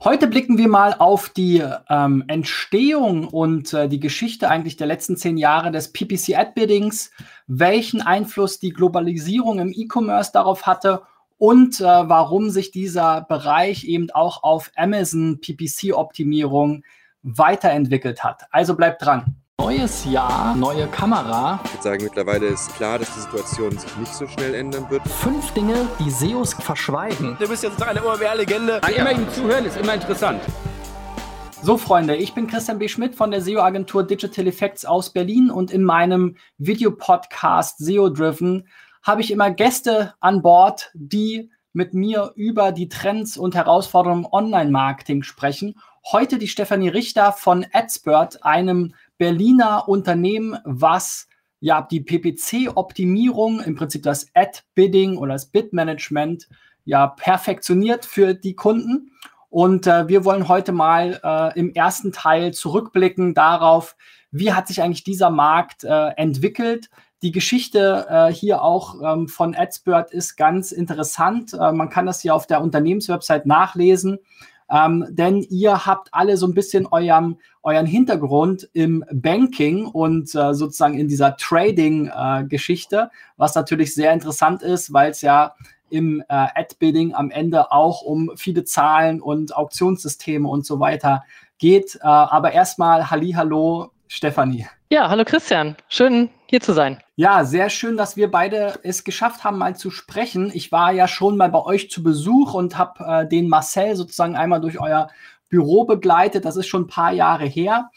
Heute blicken wir mal auf die Entstehung und die Geschichte eigentlich der letzten 10 Jahre des PPC Ad Biddings, welchen Einfluss die Globalisierung im E-Commerce darauf hatte und warum sich dieser Bereich eben auch auf Amazon PPC-Optimierung weiterentwickelt hat. Also bleibt dran. Neues Jahr, neue Kamera. Ich würde sagen, mittlerweile ist klar, dass die Situation sich nicht so schnell ändern wird. 5 Dinge, die SEOs verschweigen. Du bist jetzt eine OMR-Legende. Immer ihm zuhören ist immer interessant. So, Freunde, ich bin Christian B. Schmidt von der SEO-Agentur Digital Effects aus Berlin und in meinem Videopodcast SEO Driven habe ich immer Gäste an Bord, die mit mir über die Trends und Herausforderungen im Online-Marketing sprechen. Heute die Stefanie Richter von Adspert, einem Berliner Unternehmen, was ja die PPC-Optimierung, im Prinzip das Ad-Bidding oder das Bid-Management ja perfektioniert für die Kunden. Und wir wollen heute mal im ersten Teil zurückblicken darauf, wie hat sich eigentlich dieser Markt entwickelt. Die Geschichte hier auch von Adspert ist ganz interessant. Man kann das hier auf der Unternehmenswebsite nachlesen. Denn ihr habt alle so ein bisschen euren Hintergrund im Banking und sozusagen in dieser Trading-Geschichte, was natürlich sehr interessant ist, weil es ja im Ad-Bidding am Ende auch um viele Zahlen und Auktionssysteme und so weiter geht. Aber erstmal Hallihallo, Stefanie. Ja, hallo Christian, schön hier zu sein. Ja, sehr schön, dass wir beide es geschafft haben, mal zu sprechen. Ich war ja schon mal bei euch zu Besuch und habe den Marcel sozusagen einmal durch euer Büro begleitet. Das ist schon ein paar Jahre her.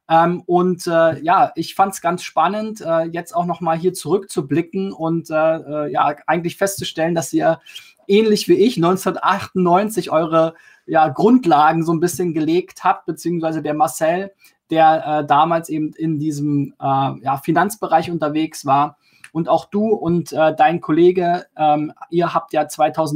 Ja, ich fand es ganz spannend, jetzt auch noch mal hier zurückzublicken und ja, eigentlich festzustellen, dass ihr ähnlich wie ich 1998 eure Grundlagen so ein bisschen gelegt habt, beziehungsweise der Marcel, der damals eben in diesem Finanzbereich unterwegs war. Und auch du und dein Kollege, ihr habt ja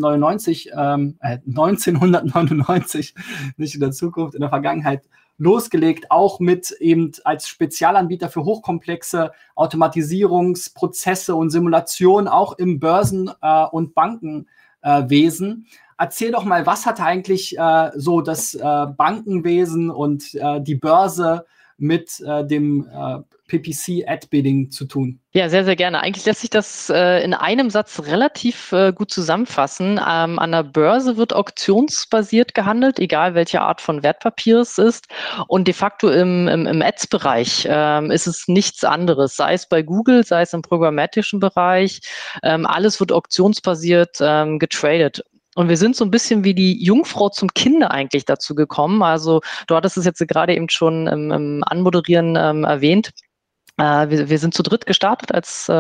1999, nicht in der Zukunft, in der Vergangenheit losgelegt, auch mit eben als Spezialanbieter für hochkomplexe Automatisierungsprozesse und Simulationen, auch im Börsen- und Bankenwesen. Erzähl doch mal, was hat eigentlich so das Bankenwesen und die Börse mit dem PPC-Ad-Bidding zu tun? Ja, sehr, sehr gerne. Eigentlich lässt sich das in einem Satz relativ gut zusammenfassen. An der Börse wird auktionsbasiert gehandelt, egal welche Art von Wertpapier es ist. Und de facto im Ads-Bereich ist es nichts anderes, sei es bei Google, sei es im programmatischen Bereich. Alles wird auktionsbasiert getradet. Und wir sind so ein bisschen wie die Jungfrau zum Kinde eigentlich dazu gekommen. Also du hattest es jetzt gerade eben schon im Anmoderieren erwähnt. Wir sind zu dritt gestartet als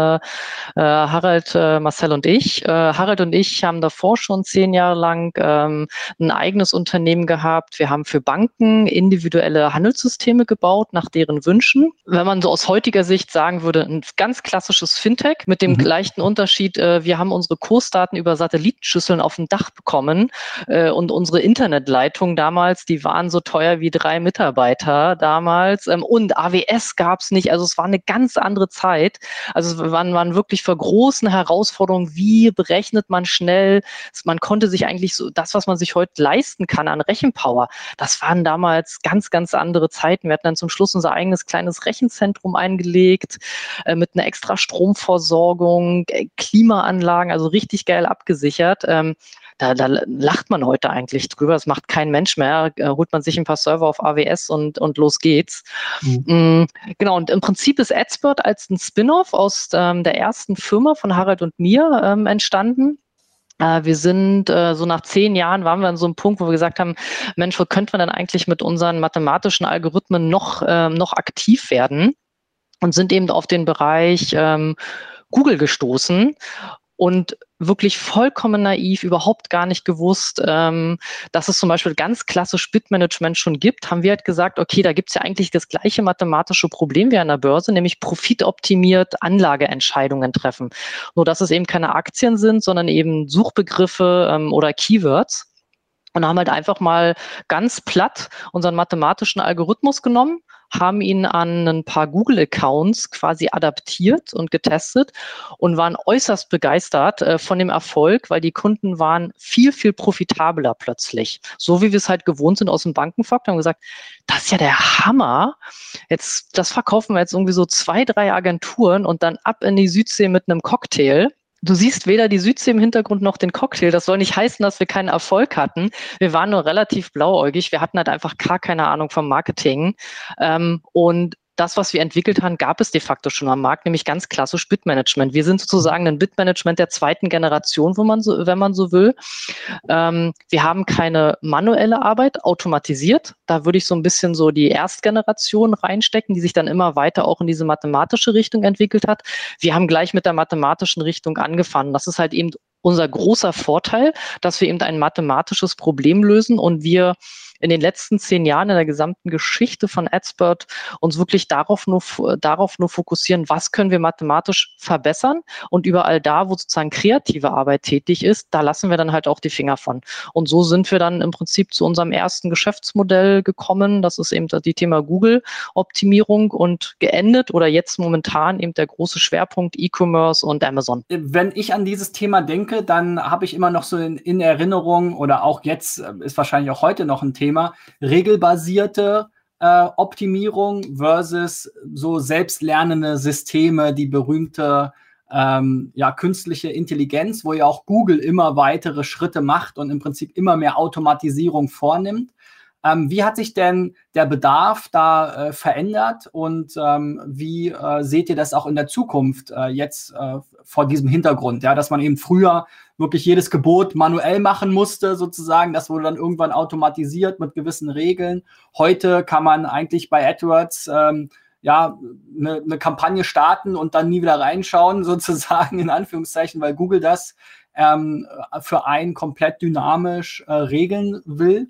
Harald, Marcel und ich. Harald und ich haben davor schon 10 Jahre lang ein eigenes Unternehmen gehabt. Wir haben für Banken individuelle Handelssysteme gebaut, nach deren Wünschen. Wenn man so aus heutiger Sicht sagen würde, ein ganz klassisches Fintech mit dem leichten Unterschied, wir haben unsere Kursdaten über Satellitenschüsseln auf dem Dach bekommen und unsere Internetleitungen damals, die waren so teuer wie 3 Mitarbeiter damals und AWS gab es nicht. Also es war eine ganz andere Zeit. Also wir waren wirklich vor großen Herausforderungen. Wie berechnet man schnell? Man konnte sich eigentlich so das, was man sich heute leisten kann an Rechenpower, das waren damals ganz, ganz andere Zeiten. Wir hatten dann zum Schluss unser eigenes kleines Rechenzentrum eingelegt mit einer extra Stromversorgung, Klimaanlagen, also richtig geil abgesichert. Da lacht man heute eigentlich drüber. Das macht kein Mensch mehr. Holt man sich ein paar Server auf AWS und los geht's. Genau, und im Prinzip ist Adspert als ein Spin-off aus der ersten Firma von Harald und mir entstanden. Wir sind so nach 10 Jahren waren wir an so einem Punkt, wo wir gesagt haben, Mensch, wo könnte man denn eigentlich mit unseren mathematischen Algorithmen noch aktiv werden? Und sind eben auf den Bereich Google gestoßen. Und wirklich vollkommen naiv, überhaupt gar nicht gewusst, dass es zum Beispiel ganz klassisch Bid-Management schon gibt, haben wir halt gesagt, okay, da gibt es ja eigentlich das gleiche mathematische Problem wie an der Börse, nämlich profitoptimiert Anlageentscheidungen treffen. Nur, dass es eben keine Aktien sind, sondern eben Suchbegriffe oder Keywords. Und haben halt einfach mal ganz platt unseren mathematischen Algorithmus genommen, haben ihn an ein paar Google-Accounts quasi adaptiert und getestet und waren äußerst begeistert von dem Erfolg, weil die Kunden waren viel, viel profitabler plötzlich. So wie wir es halt gewohnt sind aus dem Bankenfakt, haben gesagt, das ist ja der Hammer. Das verkaufen wir jetzt irgendwie so 2, 3 Agenturen und dann ab in die Südsee mit einem Cocktail. Du siehst weder die Südsee im Hintergrund noch den Cocktail. Das soll nicht heißen, dass wir keinen Erfolg hatten. Wir waren nur relativ blauäugig. Wir hatten halt einfach gar keine Ahnung vom Marketing. Und das, was wir entwickelt haben, gab es de facto schon am Markt, nämlich ganz klassisch Bidmanagement. Wir sind sozusagen ein Bidmanagement der 2. Generation, wenn man so will. Wir haben keine manuelle Arbeit, automatisiert. Da würde ich so ein bisschen so die Erstgeneration reinstecken, die sich dann immer weiter auch in diese mathematische Richtung entwickelt hat. Wir haben gleich mit der mathematischen Richtung angefangen. Das ist halt eben unser großer Vorteil, dass wir eben ein mathematisches Problem lösen und wir in den letzten 10 Jahren in der gesamten Geschichte von Adspert uns wirklich darauf nur fokussieren, was können wir mathematisch verbessern, und überall da, wo sozusagen kreative Arbeit tätig ist, da lassen wir dann halt auch die Finger von. Und so sind wir dann im Prinzip zu unserem ersten Geschäftsmodell gekommen. Das ist eben die Thema Google-Optimierung und geendet oder jetzt momentan eben der große Schwerpunkt E-Commerce und Amazon. Wenn ich an dieses Thema denke, dann habe ich immer noch so in Erinnerung, oder auch jetzt ist wahrscheinlich auch heute noch ein Thema, regelbasierte Optimierung versus so selbstlernende Systeme, die berühmte künstliche Intelligenz, wo ja auch Google immer weitere Schritte macht und im Prinzip immer mehr Automatisierung vornimmt. Wie hat sich denn der Bedarf da verändert und wie seht ihr das auch in der Zukunft jetzt vor diesem Hintergrund, ja, dass man eben früher wirklich jedes Gebot manuell machen musste sozusagen, das wurde dann irgendwann automatisiert mit gewissen Regeln. Heute kann man eigentlich bei AdWords eine Kampagne starten und dann nie wieder reinschauen sozusagen in Anführungszeichen, weil Google das für einen komplett dynamisch regeln will.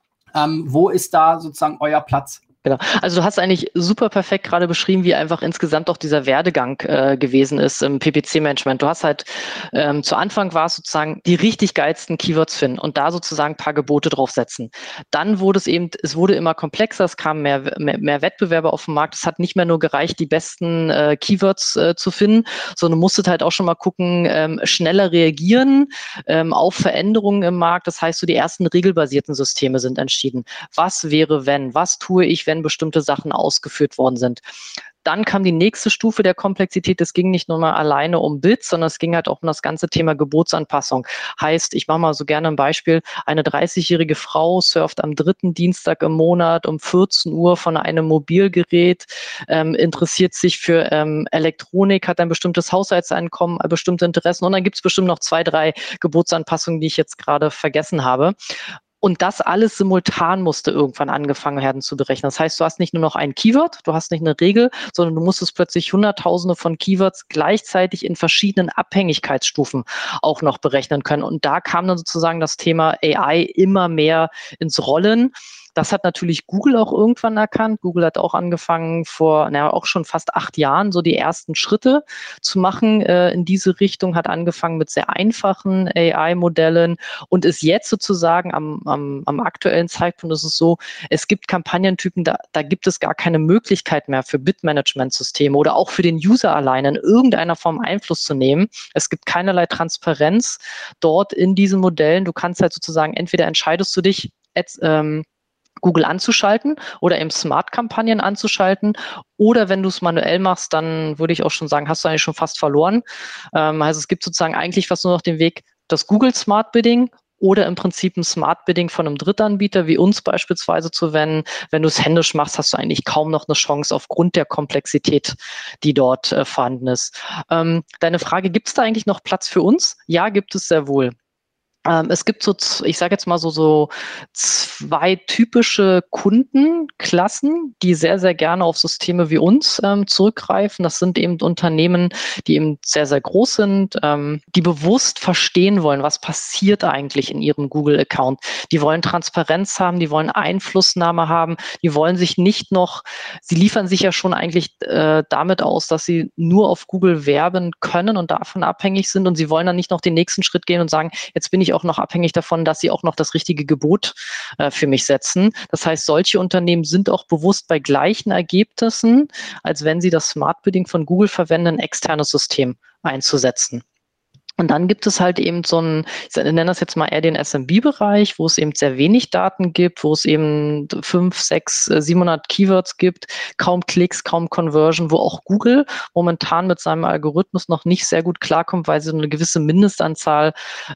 Wo ist da sozusagen euer Platz? Genau. Also du hast eigentlich super perfekt gerade beschrieben, wie einfach insgesamt auch dieser Werdegang gewesen ist im PPC-Management. Du hast halt, zu Anfang war es sozusagen die richtig geilsten Keywords finden und da sozusagen ein paar Gebote draufsetzen. Dann wurde es wurde immer komplexer, es kamen mehr Wettbewerber auf den Markt. Es hat nicht mehr nur gereicht, die besten Keywords zu finden, sondern du musstest halt auch schon mal gucken, schneller reagieren auf Veränderungen im Markt. Das heißt, so die ersten regelbasierten Systeme sind entschieden. Was wäre, wenn? Was tue ich, wenn bestimmte Sachen ausgeführt worden sind? Dann kam die nächste Stufe der Komplexität. Es ging nicht nur mal alleine um Bids, sondern es ging halt auch um das ganze Thema Gebotsanpassung. Heißt, ich mache mal so gerne ein Beispiel, eine 30-jährige Frau surft am 3. Dienstag im Monat um 14 Uhr von einem Mobilgerät, interessiert sich für Elektronik, hat ein bestimmtes Haushaltseinkommen, bestimmte Interessen und dann gibt es bestimmt noch 2, 3 Gebotsanpassungen, die ich jetzt gerade vergessen habe. Und das alles simultan musste irgendwann angefangen werden zu berechnen. Das heißt, du hast nicht nur noch ein Keyword, du hast nicht eine Regel, sondern du musstest plötzlich Hunderttausende von Keywords gleichzeitig in verschiedenen Abhängigkeitsstufen auch noch berechnen können. Und da kam dann sozusagen das Thema AI immer mehr ins Rollen. Das hat natürlich Google auch irgendwann erkannt. Google hat auch angefangen vor, auch schon fast 8 Jahren so die ersten Schritte zu machen in diese Richtung, hat angefangen mit sehr einfachen AI-Modellen und ist jetzt sozusagen am aktuellen Zeitpunkt ist es so, es gibt Kampagnentypen, da gibt es gar keine Möglichkeit mehr für Bid-Management-Systeme oder auch für den User alleine in irgendeiner Form Einfluss zu nehmen. Es gibt keinerlei Transparenz dort in diesen Modellen. Du kannst halt sozusagen, entweder entscheidest du dich, Google anzuschalten oder eben Smart-Kampagnen anzuschalten. Oder wenn du es manuell machst, dann würde ich auch schon sagen, hast du eigentlich schon fast verloren. Also es gibt sozusagen eigentlich fast nur noch den Weg, das Google Smart Bidding oder im Prinzip ein Smart Bidding von einem Drittanbieter wie uns beispielsweise zu wenden. Wenn du es händisch machst, hast du eigentlich kaum noch eine Chance aufgrund der Komplexität, die dort vorhanden ist. Deine Frage, gibt es da eigentlich noch Platz für uns? Ja, gibt es sehr wohl. Es gibt so, ich sage jetzt mal so 2 typische Kundenklassen, die sehr, sehr gerne auf Systeme wie uns zurückgreifen. Das sind eben Unternehmen, die eben sehr, sehr groß sind, die bewusst verstehen wollen, was passiert eigentlich in ihrem Google-Account. Die wollen Transparenz haben, die wollen Einflussnahme haben, die wollen sich nicht noch, sie liefern sich ja schon eigentlich damit aus, dass sie nur auf Google werben können und davon abhängig sind und sie wollen dann nicht noch den nächsten Schritt gehen und sagen, jetzt bin ich natürlich auch noch abhängig davon, dass sie auch noch das richtige Gebot für mich setzen. Das heißt, solche Unternehmen sind auch bewusst bei gleichen Ergebnissen, als wenn sie das Smart Bidding von Google verwenden, ein externes System einzusetzen. Und dann gibt es halt eben so einen, ich nenne das jetzt mal eher den SMB-Bereich, wo es eben sehr wenig Daten gibt, wo es eben 5, 6, 700 Keywords gibt, kaum Klicks, kaum Conversion, wo auch Google momentan mit seinem Algorithmus noch nicht sehr gut klarkommt, weil sie eine gewisse Mindestanzahl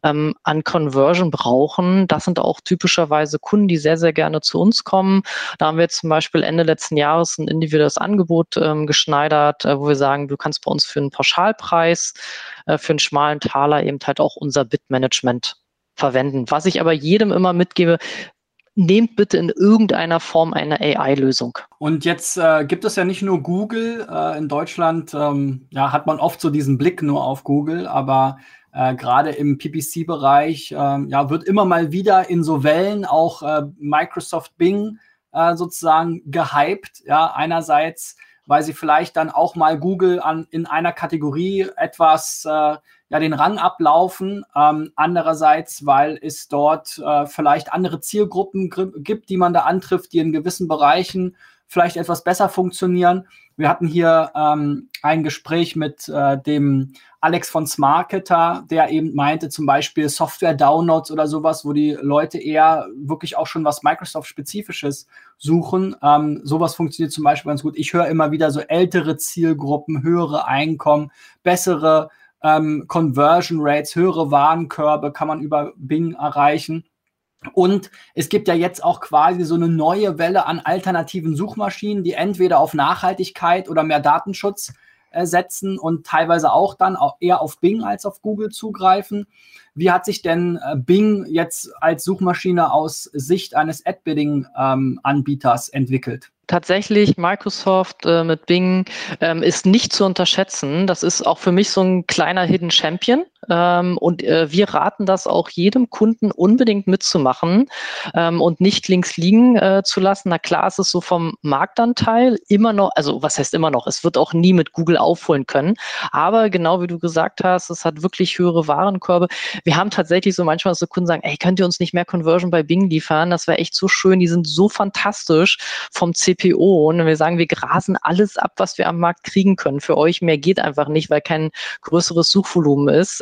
an Conversion brauchen. Das sind auch typischerweise Kunden, die sehr, sehr gerne zu uns kommen. Da haben wir jetzt zum Beispiel Ende letzten Jahres ein individuelles Angebot geschneidert, wo wir sagen, du kannst bei uns für einen Pauschalpreis, für einen schmalen Taler eben halt auch unser Bid-Management verwenden. Was ich aber jedem immer mitgebe, nehmt bitte in irgendeiner Form eine AI-Lösung. Und jetzt gibt es ja nicht nur Google. In Deutschland hat man oft so diesen Blick nur auf Google, aber gerade im PPC-Bereich wird immer mal wieder in so Wellen auch Microsoft Bing sozusagen gehypt. Ja, einerseits, weil sie vielleicht dann auch mal Google in einer Kategorie etwas den Rang ablaufen. Andererseits, weil es dort vielleicht andere Zielgruppen gibt, die man da antrifft, die in gewissen Bereichen vielleicht etwas besser funktionieren. Wir hatten hier ein Gespräch mit dem Alex von Smarketer, der eben meinte, zum Beispiel Software-Downloads oder sowas, wo die Leute eher wirklich auch schon was Microsoft-Spezifisches suchen. Sowas funktioniert zum Beispiel ganz gut. Ich höre immer wieder so ältere Zielgruppen, höhere Einkommen, bessere Conversion Rates, höhere Warenkörbe kann man über Bing erreichen. Und es gibt ja jetzt auch quasi so eine neue Welle an alternativen Suchmaschinen, die entweder auf Nachhaltigkeit oder mehr Datenschutz setzen und teilweise auch dann auch eher auf Bing als auf Google zugreifen. Wie hat sich denn Bing jetzt als Suchmaschine aus Sicht eines Ad-Bidding-Anbieters entwickelt? Tatsächlich, Microsoft mit Bing ist nicht zu unterschätzen. Das ist auch für mich so ein kleiner Hidden Champion. Und wir raten das auch jedem Kunden unbedingt mitzumachen und nicht links liegen zu lassen. Na klar, es ist so vom Marktanteil immer noch, also was heißt immer noch, es wird auch nie mit Google aufholen können. Aber genau wie du gesagt hast, es hat wirklich höhere Warenkörbe. Wir haben tatsächlich so manchmal so Kunden sagen, ey, könnt ihr uns nicht mehr Conversion bei Bing liefern? Das wäre echt so schön. Die sind so fantastisch vom CPO. Und wir sagen, wir grasen alles ab, was wir am Markt kriegen können. Für euch mehr geht einfach nicht, weil kein größeres Suchvolumen ist.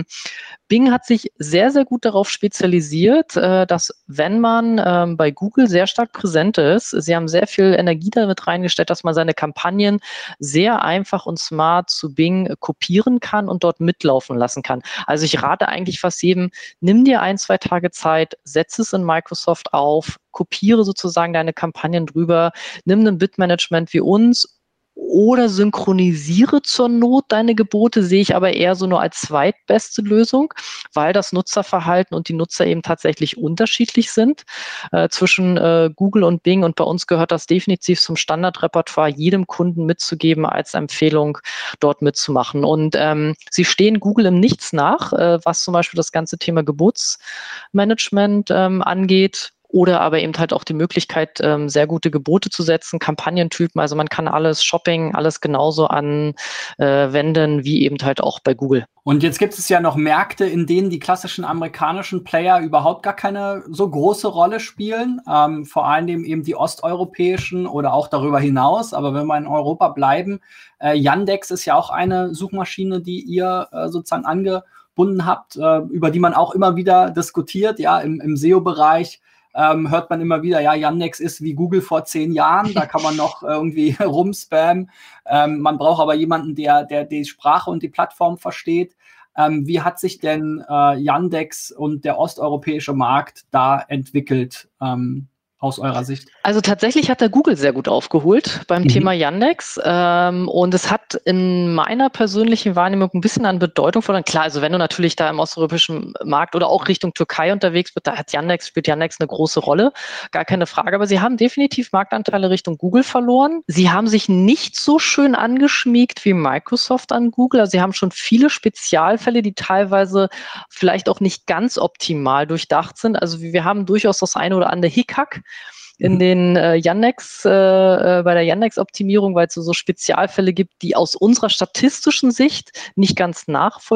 Bing hat sich sehr, sehr gut darauf spezialisiert, dass wenn man bei Google sehr stark präsent ist, sie haben sehr viel Energie damit reingestellt, dass man seine Kampagnen sehr einfach und smart zu Bing kopieren kann und dort mitlaufen lassen kann. Also ich rate eigentlich fast jedem, nimm dir 1, 2 Tage Zeit, setz es in Microsoft auf, kopiere sozusagen deine Kampagnen drüber, nimm ein Bid-Management wie uns oder synchronisiere zur Not deine Gebote, sehe ich aber eher so nur als zweitbeste Lösung, weil das Nutzerverhalten und die Nutzer eben tatsächlich unterschiedlich sind zwischen Google und Bing, und bei uns gehört das definitiv zum Standardrepertoire, jedem Kunden mitzugeben als Empfehlung, dort mitzumachen. Und sie stehen Google im Nichts nach, was zum Beispiel das ganze Thema Gebotsmanagement angeht. Oder aber eben halt auch die Möglichkeit, sehr gute Gebote zu setzen, Kampagnentypen. Also man kann alles Shopping, alles genauso anwenden wie eben halt auch bei Google. Und jetzt gibt es ja noch Märkte, in denen die klassischen amerikanischen Player überhaupt gar keine so große Rolle spielen. Vor allem eben die osteuropäischen oder auch darüber hinaus. Aber wenn wir in Europa bleiben, Yandex ist ja auch eine Suchmaschine, die ihr sozusagen angebunden habt, über die man auch immer wieder diskutiert, ja, im SEO-Bereich. Hört man immer wieder, ja, Yandex ist wie Google vor 10 Jahren, da kann man noch irgendwie rumspammen. Man braucht aber jemanden, der die Sprache und die Plattform versteht. Wie hat sich denn Yandex und der osteuropäische Markt da entwickelt aus eurer Sicht? Also tatsächlich hat der Google sehr gut aufgeholt beim Thema Yandex und es hat in meiner persönlichen Wahrnehmung ein bisschen an Bedeutung verloren. Klar, also wenn du natürlich da im osteuropäischen Markt oder auch Richtung Türkei unterwegs bist, da spielt Yandex eine große Rolle, gar keine Frage, aber sie haben definitiv Marktanteile Richtung Google verloren. Sie haben sich nicht so schön angeschmiegt wie Microsoft an Google, also sie haben schon viele Spezialfälle, die teilweise vielleicht auch nicht ganz optimal durchdacht sind. Also wir haben durchaus das eine oder andere Hickhack in den Yandex, bei der Yandex-Optimierung, weil es so Spezialfälle gibt, die aus unserer statistischen Sicht nicht ganz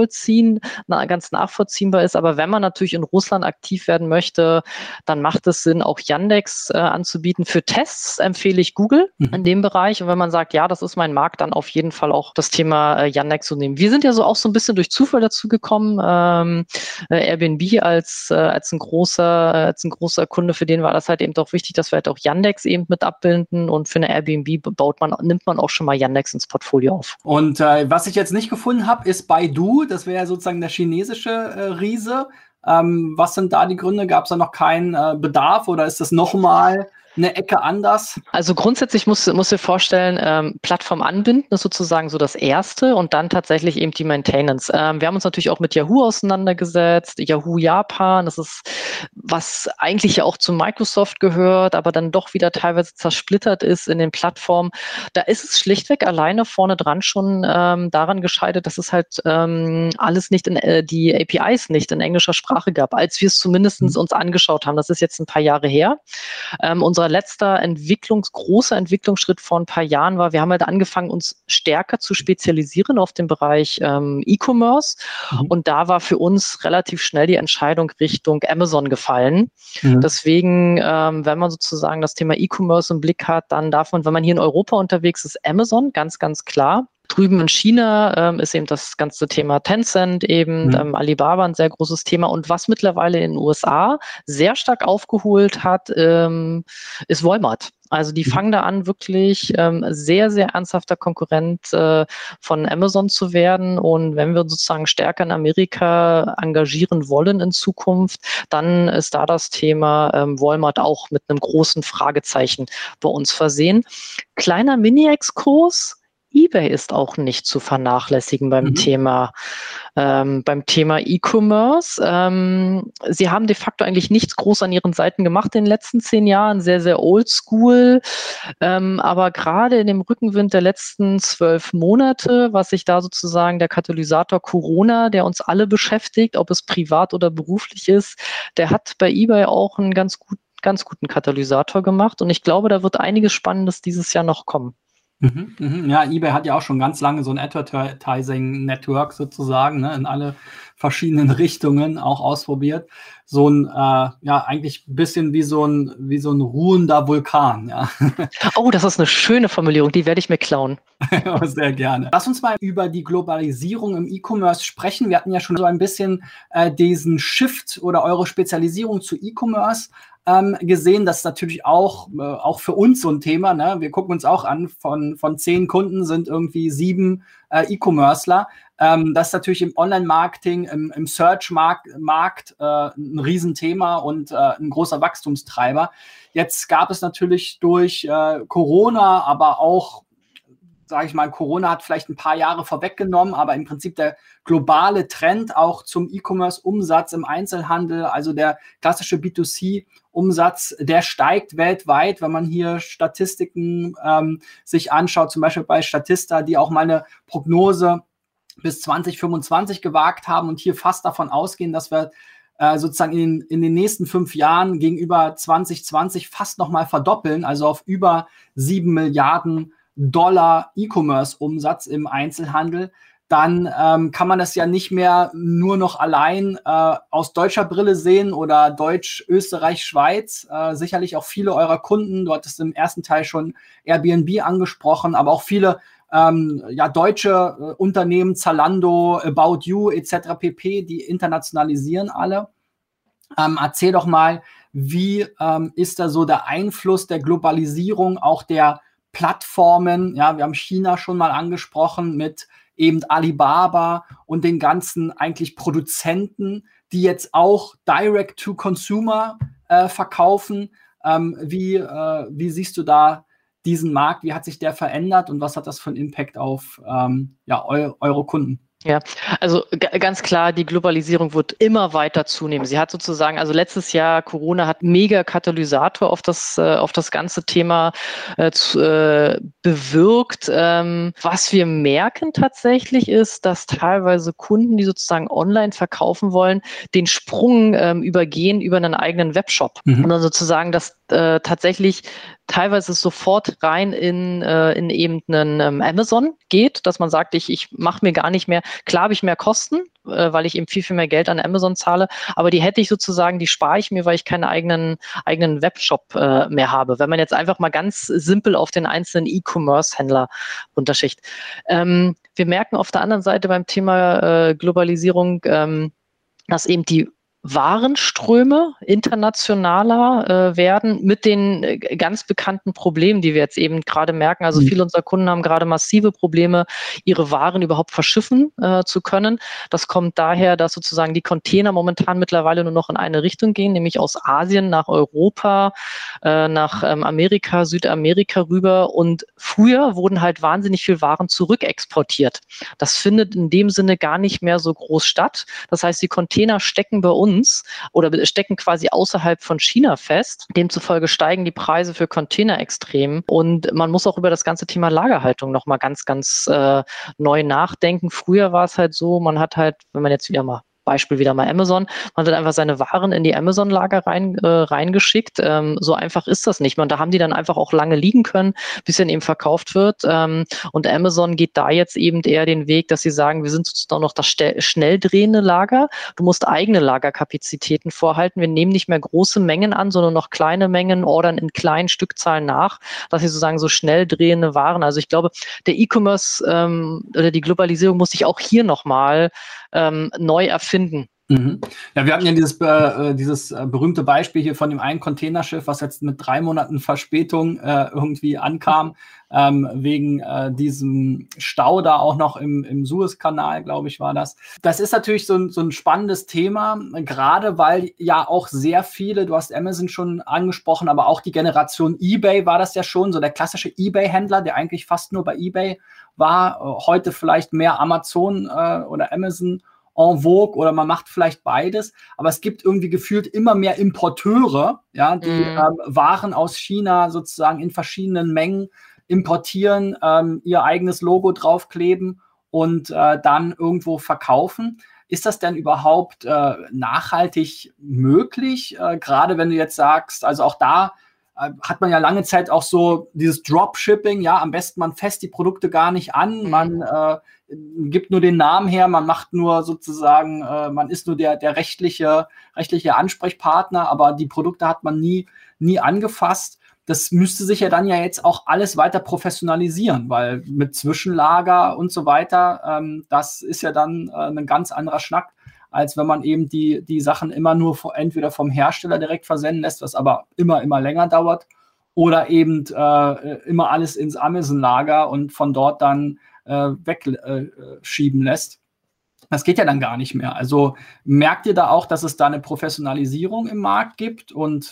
nachvollziehbar ist. Aber wenn man natürlich in Russland aktiv werden möchte, dann macht es Sinn, auch Yandex anzubieten. Für Tests empfehle ich Google in dem Bereich. Und wenn man sagt, ja, das ist mein Markt, dann auf jeden Fall auch das Thema Yandex zu nehmen. Wir sind ja auch so ein bisschen durch Zufall dazu gekommen. Airbnb als ein großer Kunde, für den war das halt eben doch wichtig, dass wir halt auch Yandex eben mit abbilden. Und für eine Airbnb nimmt man auch schon mal Yandex ins Portfolio auf. Und was ich jetzt nicht gefunden habe, ist Baidu. Das wäre ja sozusagen der chinesische Riese. Was sind da die Gründe? Gab es da noch keinen Bedarf oder ist das nochmal eine Ecke anders? Also grundsätzlich muss dir vorstellen, Plattform anbinden ist sozusagen so das Erste und dann tatsächlich eben die Maintenance. Wir haben uns natürlich auch mit Yahoo auseinandergesetzt, Yahoo Japan, das ist, was eigentlich ja auch zu Microsoft gehört, aber dann doch wieder teilweise zersplittert ist in den Plattformen. Da ist es schlichtweg alleine vorne dran schon daran gescheitert, dass es halt alles nicht die APIs nicht in englischer Sprache gab, als wir es zumindest uns angeschaut haben. Das ist jetzt ein paar Jahre her. Unser letzter großer Entwicklungsschritt vor ein paar Jahren war, wir haben halt angefangen, uns stärker zu spezialisieren auf den Bereich E-Commerce. Und da war für uns relativ schnell die Entscheidung Richtung Amazon gefallen. Deswegen, wenn man sozusagen das Thema E-Commerce im Blick hat, dann darf man, wenn man hier in Europa unterwegs ist, Amazon, ganz, ganz klar. Drüben in China ist eben das ganze Thema Tencent eben, Alibaba ein sehr großes Thema. Und was mittlerweile in den USA sehr stark aufgeholt hat, ist Walmart. Also die fangen da an, wirklich sehr, sehr ernsthafter Konkurrent von Amazon zu werden. Und wenn wir uns sozusagen stärker in Amerika engagieren wollen in Zukunft, dann ist da das Thema Walmart auch mit einem großen Fragezeichen bei uns versehen. Kleiner Mini-Exkurs. eBay ist auch nicht zu vernachlässigen beim Thema E-Commerce. Sie haben de facto eigentlich nichts groß an ihren Seiten gemacht in den letzten 10 Jahren, sehr, sehr oldschool. Aber gerade in dem Rückenwind der letzten 12 Monate, was sich da sozusagen der Katalysator Corona, der uns alle beschäftigt, ob es privat oder beruflich ist, der hat bei eBay auch einen ganz guten Katalysator gemacht. Und ich glaube, da wird einiges Spannendes dieses Jahr noch kommen. Ja, eBay hat ja auch schon ganz lange so ein Advertising-Network sozusagen, ne, in alle verschiedenen Richtungen auch ausprobiert. So ein, eigentlich ein bisschen wie so ein ruhender Vulkan, ja. Oh, das ist eine schöne Formulierung, die werde ich mir klauen. Sehr gerne. Lass uns mal über die Globalisierung im E-Commerce sprechen. Wir hatten ja schon so ein bisschen diesen Shift oder eure Spezialisierung zu E-Commerce gesehen. Das ist natürlich auch für uns so ein Thema. Ne? Wir gucken uns auch an, von 10 Kunden sind irgendwie 7 E-Commercer. Das ist natürlich im Online-Marketing, im Search-Markt ein Riesenthema und ein großer Wachstumstreiber. Jetzt gab es natürlich durch Corona, aber auch, sage ich mal, Corona hat vielleicht ein paar Jahre vorweggenommen, aber im Prinzip der globale Trend auch zum E-Commerce-Umsatz im Einzelhandel, also der klassische B2C-Umsatz, der steigt weltweit, wenn man hier Statistiken sich anschaut, zum Beispiel bei Statista, die auch mal eine Prognose bis 2025 gewagt haben und hier fast davon ausgehen, dass wir sozusagen in den nächsten 5 Jahren gegenüber 2020 fast nochmal verdoppeln, also auf über 7 Milliarden Dollar E-Commerce-Umsatz im Einzelhandel, dann kann man das ja nicht mehr nur noch allein aus deutscher Brille sehen oder Deutsch, Österreich, Schweiz. Sicherlich auch viele eurer Kunden, du hattest im ersten Teil schon Airbnb angesprochen, aber auch viele deutsche Unternehmen, Zalando, About You etc. pp., die internationalisieren alle. Erzähl doch mal, wie ist da so der Einfluss der Globalisierung, auch der Plattformen? Ja, wir haben China schon mal angesprochen mit eben Alibaba und den ganzen eigentlich Produzenten, die jetzt auch Direct-to-Consumer verkaufen. Wie siehst du da diesen Markt? Wie hat sich der verändert und was hat das für einen Impact auf eure Kunden? Ja, also ganz klar, die Globalisierung wird immer weiter zunehmen. Sie hat sozusagen, also letztes Jahr, Corona hat mega Katalysator auf das ganze Thema bewirkt. Was wir merken tatsächlich ist, dass teilweise Kunden, die sozusagen online verkaufen wollen, den Sprung übergehen über einen eigenen Webshop. Und dann sozusagen tatsächlich teilweise sofort rein in eben einen Amazon geht, dass man sagt, ich mache mir gar nicht mehr, klar habe ich mehr Kosten, weil ich eben viel, viel mehr Geld an Amazon zahle, aber die hätte ich sozusagen, die spare ich mir, weil ich keinen eigenen Webshop mehr habe. Wenn man jetzt einfach mal ganz simpel auf den einzelnen E-Commerce-Händler runterschicht. Wir merken auf der anderen Seite beim Thema Globalisierung, dass eben die Warenströme internationaler werden mit den ganz bekannten Problemen, die wir jetzt eben gerade merken. Also viele unserer Kunden haben gerade massive Probleme, ihre Waren überhaupt verschiffen zu können. Das kommt daher, dass sozusagen die Container momentan mittlerweile nur noch in eine Richtung gehen, nämlich aus Asien nach Europa, nach Amerika, Südamerika rüber. Und früher wurden halt wahnsinnig viel Waren zurückexportiert. Das findet in dem Sinne gar nicht mehr so groß statt. Das heißt, die Container stecken bei uns oder stecken quasi außerhalb von China fest. Demzufolge steigen die Preise für Container extrem und man muss auch über das ganze Thema Lagerhaltung nochmal ganz, ganz neu nachdenken. Früher war es halt so, man hat halt, wenn man jetzt Beispiel wieder mal Amazon. Man hat einfach seine Waren in die Amazon-Lager reingeschickt. So einfach ist das nicht mehr. Und da haben die dann einfach auch lange liegen können, bis dann eben verkauft wird. Und Amazon geht da jetzt eben eher den Weg, dass sie sagen, wir sind sozusagen noch das schnell drehende Lager. Du musst eigene Lagerkapazitäten vorhalten. Wir nehmen nicht mehr große Mengen an, sondern noch kleine Mengen, ordern in kleinen Stückzahlen nach, dass sie sozusagen so schnell drehende Waren. Also ich glaube, der E-Commerce oder die Globalisierung muss sich auch hier nochmal neu erfinden. Mhm. Ja, wir hatten ja dieses berühmte Beispiel hier von dem einen Containerschiff, was jetzt mit 3 Monaten Verspätung irgendwie ankam, wegen diesem Stau da auch noch im Suezkanal, glaube ich, war das. Das ist natürlich so ein spannendes Thema, gerade weil ja auch sehr viele, du hast Amazon schon angesprochen, aber auch die Generation eBay war das ja schon, so der klassische eBay-Händler, der eigentlich fast nur bei eBay war, heute vielleicht mehr Amazon oder Amazon en vogue oder man macht vielleicht beides, aber es gibt irgendwie gefühlt immer mehr Importeure, ja, die Waren aus China sozusagen in verschiedenen Mengen importieren, ihr eigenes Logo draufkleben und dann irgendwo verkaufen. Ist das denn überhaupt nachhaltig möglich? Gerade wenn du jetzt sagst, also auch da hat man ja lange Zeit auch so dieses Dropshipping, ja, am besten man fasst die Produkte gar nicht an, man gibt nur den Namen her, man macht nur sozusagen, man ist nur der rechtliche Ansprechpartner, aber die Produkte hat man nie angefasst. Das müsste sich ja dann ja jetzt auch alles weiter professionalisieren, weil mit Zwischenlager und so weiter, das ist ja dann ein ganz anderer Schnack, als wenn man eben die Sachen immer nur entweder vom Hersteller direkt versenden lässt, was aber immer länger dauert, oder eben immer alles ins Amazon-Lager und von dort dann wegschieben lässt. Das geht ja dann gar nicht mehr. Also merkt ihr da auch, dass es da eine Professionalisierung im Markt gibt und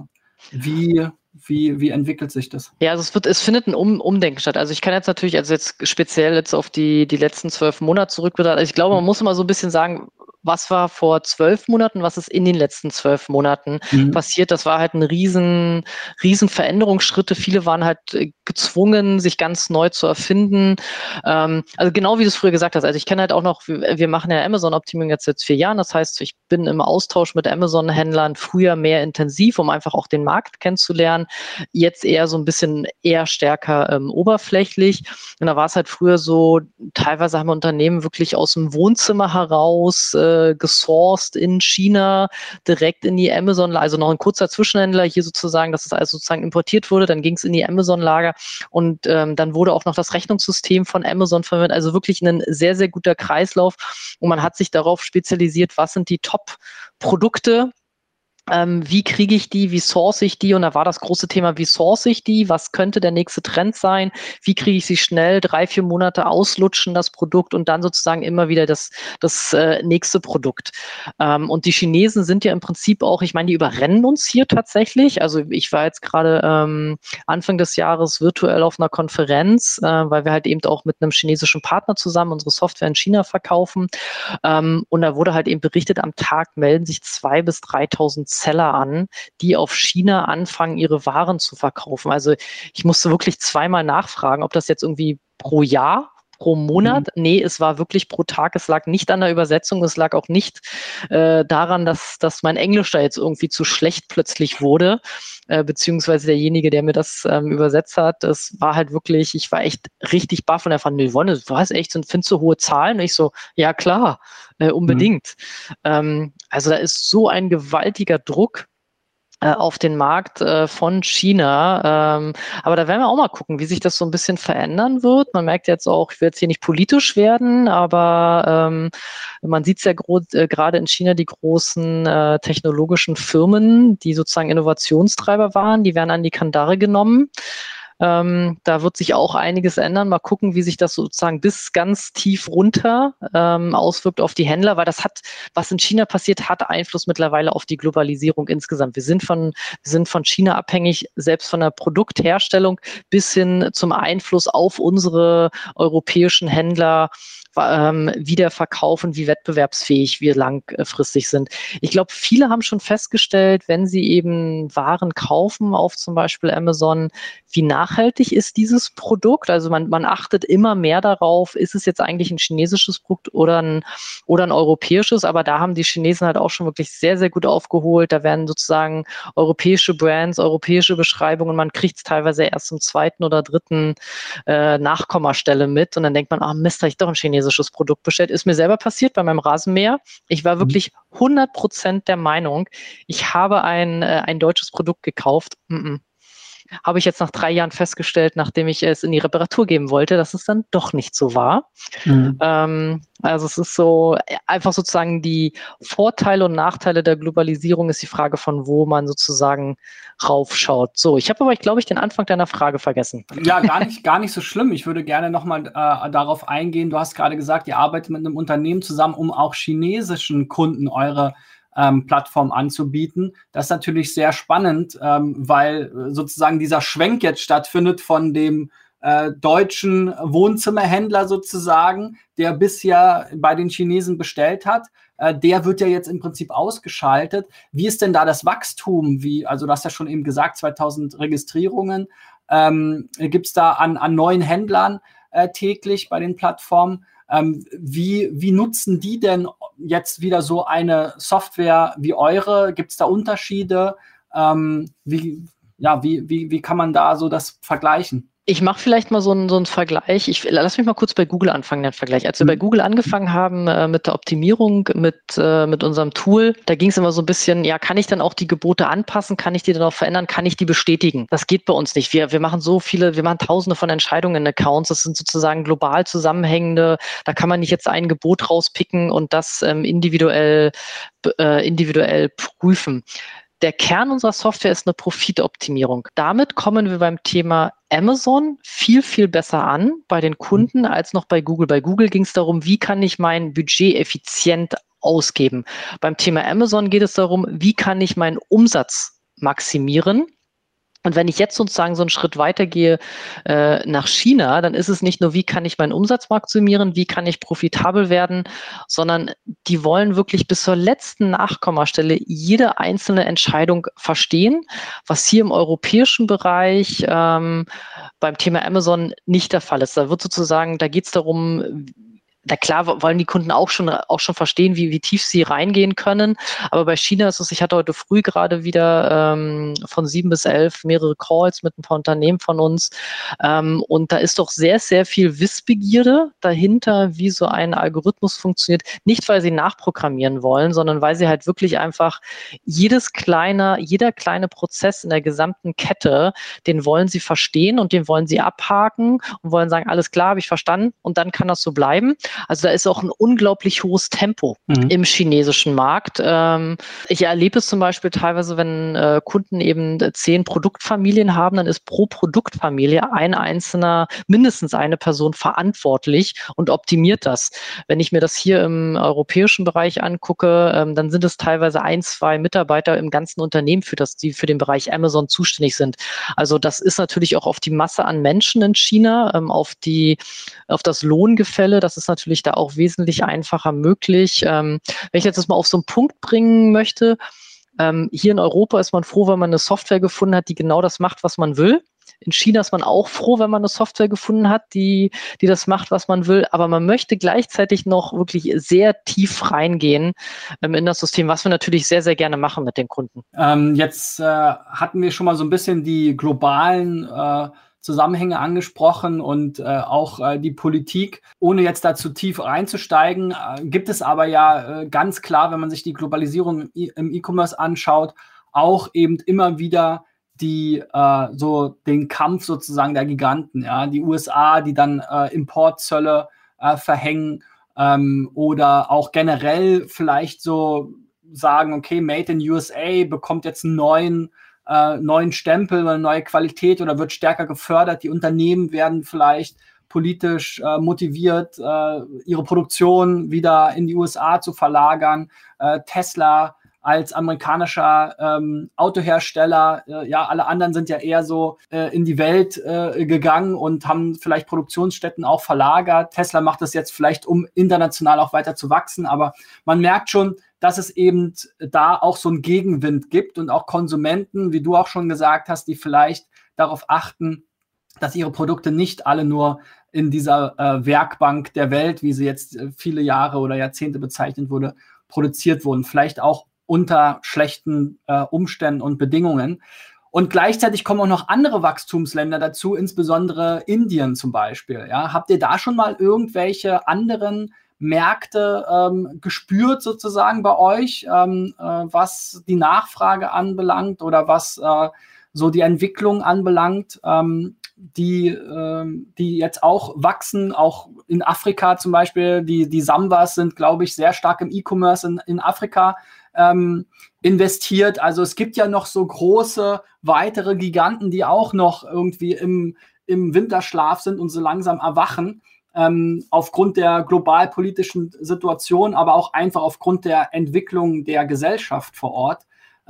wie entwickelt sich das? Ja, also es findet ein Umdenken statt. Also ich kann jetzt natürlich, also jetzt speziell jetzt auf die letzten 12 Monate zurückbetrachten. Also ich glaube, man muss immer so ein bisschen sagen, was war vor 12 Monaten, was ist in den letzten 12 Monaten passiert. Das war halt ein riesen Veränderungsschritte. Viele waren halt gezwungen, sich ganz neu zu erfinden. Also genau wie du es früher gesagt hast. Also ich kenne halt auch noch, wir machen ja Amazon-Optimierung jetzt seit 4 Jahren. Das heißt, ich bin im Austausch mit Amazon-Händlern früher mehr intensiv, um einfach auch den Markt kennenzulernen. Jetzt eher so ein bisschen stärker oberflächlich. Und da war es halt früher so, teilweise haben wir Unternehmen wirklich aus dem Wohnzimmer heraus gesourced in China, direkt in die Amazon, also noch ein kurzer Zwischenhändler hier sozusagen, dass es also sozusagen importiert wurde, dann ging es in die Amazon-Lager und dann wurde auch noch das Rechnungssystem von Amazon verwendet, also wirklich ein sehr, sehr guter Kreislauf und man hat sich darauf spezialisiert, was sind die Top-Produkte, wie kriege ich die, wie source ich die und da war das große Thema, wie source ich die, was könnte der nächste Trend sein, wie kriege ich sie schnell 3-4 Monate auslutschen, das Produkt und dann sozusagen immer wieder das nächste Produkt. Und die Chinesen sind ja im Prinzip auch, ich meine, die überrennen uns hier tatsächlich, also ich war jetzt gerade Anfang des Jahres virtuell auf einer Konferenz, weil wir halt eben auch mit einem chinesischen Partner zusammen unsere Software in China verkaufen und da wurde halt eben berichtet, am Tag melden sich 2.000 bis 3.000 Seller an, die auf China anfangen, ihre Waren zu verkaufen. Also ich musste wirklich zweimal nachfragen, ob das jetzt irgendwie pro Jahr pro Monat. Nee, es war wirklich pro Tag. Es lag nicht an der Übersetzung. Es lag auch nicht daran, dass mein Englisch da jetzt irgendwie zu schlecht plötzlich wurde, beziehungsweise derjenige, der mir das übersetzt hat. Es war halt wirklich, ich war echt richtig baff und er fand, nee, Wonne, was echt, findest du hohe Zahlen? Und ich so, ja klar, unbedingt. Also da ist so ein gewaltiger Druck auf den Markt von China. Aber da werden wir auch mal gucken, wie sich das so ein bisschen verändern wird. Man merkt jetzt auch, ich will jetzt hier nicht politisch werden, aber man sieht es ja gerade in China, die großen technologischen Firmen, die sozusagen Innovationstreiber waren, die werden an die Kandare genommen. Da wird sich auch einiges ändern. Mal gucken, wie sich das sozusagen bis ganz tief runter auswirkt auf die Händler, weil das hat, was in China passiert, hat Einfluss mittlerweile auf die Globalisierung insgesamt. Wir sind von China abhängig, selbst von der Produktherstellung bis hin zum Einfluss auf unsere europäischen Händler, wieder verkaufen, wie wettbewerbsfähig wir langfristig sind. Ich glaube, viele haben schon festgestellt, wenn sie eben Waren kaufen auf zum Beispiel Amazon, wie nachhaltig ist dieses Produkt? Also man achtet immer mehr darauf, ist es jetzt eigentlich ein chinesisches Produkt oder ein europäisches? Aber da haben die Chinesen halt auch schon wirklich sehr, sehr gut aufgeholt. Da werden sozusagen europäische Brands, europäische Beschreibungen. Man kriegt es teilweise erst zum zweiten oder dritten Nachkommastelle mit. Und dann denkt man, Mist, habe ich doch ein chinesisches Produkt bestellt. Ist mir selber passiert bei meinem Rasenmäher. Ich war wirklich 100% der Meinung, ich habe ein deutsches Produkt gekauft. Habe ich jetzt nach 3 Jahren festgestellt, nachdem ich es in die Reparatur geben wollte, dass es dann doch nicht so war. Also es ist so einfach sozusagen die Vorteile und Nachteile der Globalisierung ist die Frage, von wo man sozusagen raufschaut. So, ich habe aber, glaube ich, den Anfang deiner Frage vergessen. Ja, gar nicht so schlimm. Ich würde gerne nochmal darauf eingehen. Du hast gerade gesagt, ihr arbeitet mit einem Unternehmen zusammen, um auch chinesischen Kunden eure Plattform anzubieten. Das ist natürlich sehr spannend, weil sozusagen dieser Schwenk jetzt stattfindet von dem deutschen Wohnzimmerhändler sozusagen, der bisher bei den Chinesen bestellt hat. Der wird ja jetzt im Prinzip ausgeschaltet. Wie ist denn da das Wachstum? Also du hast ja schon eben gesagt, 2000 Registrierungen. Gibt es da an neuen Händlern täglich bei den Plattformen? Wie nutzen die denn jetzt wieder so eine Software wie eure? Gibt es da Unterschiede? Wie kann man da so das vergleichen? Ich mache vielleicht mal so einen Vergleich. Lass mich mal kurz bei Google anfangen, den Vergleich. Als wir bei Google angefangen haben mit der Optimierung, mit unserem Tool, da ging es immer so ein bisschen, ja, kann ich dann auch die Gebote anpassen? Kann ich die dann auch verändern? Kann ich die bestätigen? Das geht bei uns nicht. Wir machen wir machen tausende von Entscheidungen in Accounts. Das sind sozusagen global zusammenhängende. Da kann man nicht jetzt ein Gebot rauspicken und das individuell prüfen. Der Kern unserer Software ist eine Profitoptimierung. Damit kommen wir beim Thema Amazon viel, viel besser an bei den Kunden als noch bei Google. Bei Google ging es darum, wie kann ich mein Budget effizient ausgeben. Beim Thema Amazon geht es darum, wie kann ich meinen Umsatz maximieren. Und wenn ich jetzt sozusagen so einen Schritt weitergehe nach China, dann ist es nicht nur, wie kann ich meinen Umsatz maximieren, wie kann ich profitabel werden, sondern die wollen wirklich bis zur letzten Nachkommastelle jede einzelne Entscheidung verstehen, was hier im europäischen Bereich beim Thema Amazon nicht der Fall ist. Da geht es darum, na klar wollen die Kunden auch schon verstehen, wie tief sie reingehen können. Aber bei China ist es, ich hatte heute früh gerade wieder von 7 bis 11 mehrere Calls mit ein paar Unternehmen von uns. Und da ist doch sehr, sehr viel Wissbegierde dahinter, wie so ein Algorithmus funktioniert. Nicht, weil sie nachprogrammieren wollen, sondern weil sie halt wirklich einfach jeder kleine Prozess in der gesamten Kette, den wollen sie verstehen und den wollen sie abhaken und wollen sagen, alles klar, habe ich verstanden und dann kann das so bleiben. Also da ist auch ein unglaublich hohes Tempo im chinesischen Markt. Ich erlebe es zum Beispiel teilweise, wenn Kunden eben 10 Produktfamilien haben, dann ist pro Produktfamilie mindestens eine Person verantwortlich und optimiert das. Wenn ich mir das hier im europäischen Bereich angucke, dann sind es teilweise 1, 2 Mitarbeiter im ganzen Unternehmen, die für den Bereich Amazon zuständig sind. Also das ist natürlich auch auf die Masse an Menschen in China, auf das Lohngefälle, das ist natürlich da auch wesentlich einfacher möglich. Wenn ich jetzt mal auf so einen Punkt bringen möchte, hier in Europa ist man froh, wenn man eine Software gefunden hat, die genau das macht, was man will. In China ist man auch froh, wenn man eine Software gefunden hat, die das macht, was man will. Aber man möchte gleichzeitig noch wirklich sehr tief reingehen in das System, was wir natürlich sehr, sehr gerne machen mit den Kunden. Jetzt hatten wir schon mal so ein bisschen die globalen Zusammenhänge angesprochen und auch die Politik. Ohne jetzt da zu tief reinzusteigen, gibt es aber ja ganz klar, wenn man sich die Globalisierung im E-Commerce anschaut, auch eben immer wieder so den Kampf sozusagen der Giganten, ja, die USA, die dann Importzölle verhängen oder auch generell vielleicht so sagen, okay, Made in USA bekommt jetzt einen neuen Stempel oder eine neue Qualität oder wird stärker gefördert. Die Unternehmen werden vielleicht politisch motiviert, ihre Produktion wieder in die USA zu verlagern. Tesla als amerikanischer Autohersteller, alle anderen sind ja eher so in die Welt gegangen und haben vielleicht Produktionsstätten auch verlagert. Tesla macht das jetzt vielleicht, um international auch weiter zu wachsen, aber man merkt schon, dass es eben da auch so einen Gegenwind gibt und auch Konsumenten, wie du auch schon gesagt hast, die vielleicht darauf achten, dass ihre Produkte nicht alle nur in dieser Werkbank der Welt, wie sie jetzt viele Jahre oder Jahrzehnte bezeichnet wurde, produziert wurden. Vielleicht auch unter schlechten Umständen und Bedingungen. Und gleichzeitig kommen auch noch andere Wachstumsländer dazu, insbesondere Indien zum Beispiel. Ja? Habt ihr da schon mal irgendwelche anderen Märkte gespürt sozusagen bei euch, was die Nachfrage anbelangt oder was so die Entwicklung anbelangt, die jetzt auch wachsen, auch in Afrika zum Beispiel. Die Sambas sind, glaube ich, sehr stark im E-Commerce in Afrika investiert. Also es gibt ja noch so große weitere Giganten, die auch noch irgendwie im Winterschlaf sind und so langsam erwachen. Aufgrund der globalpolitischen Situation, aber auch einfach aufgrund der Entwicklung der Gesellschaft vor Ort.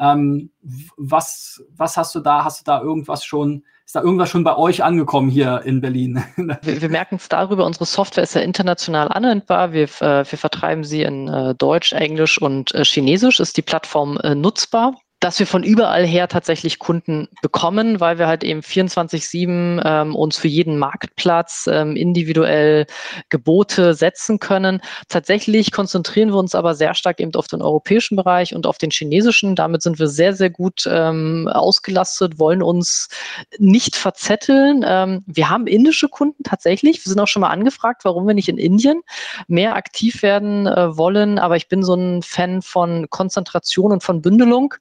Was hast du da? Hast du da irgendwas schon? Ist da irgendwas schon bei euch angekommen hier in Berlin? Wir merken es darüber, unsere Software ist ja international anwendbar. Wir vertreiben sie in Deutsch, Englisch und Chinesisch, ist die Plattform nutzbar. Dass wir von überall her tatsächlich Kunden bekommen, weil wir halt eben 24/7 uns für jeden Marktplatz individuell Gebote setzen können. Tatsächlich konzentrieren wir uns aber sehr stark eben auf den europäischen Bereich und auf den chinesischen. Damit sind wir sehr, sehr gut ausgelastet, wollen uns nicht verzetteln. Wir haben indische Kunden tatsächlich. Wir sind auch schon mal angefragt, warum wir nicht in Indien mehr aktiv werden wollen. Aber ich bin so ein Fan von Konzentration und von Bündelung.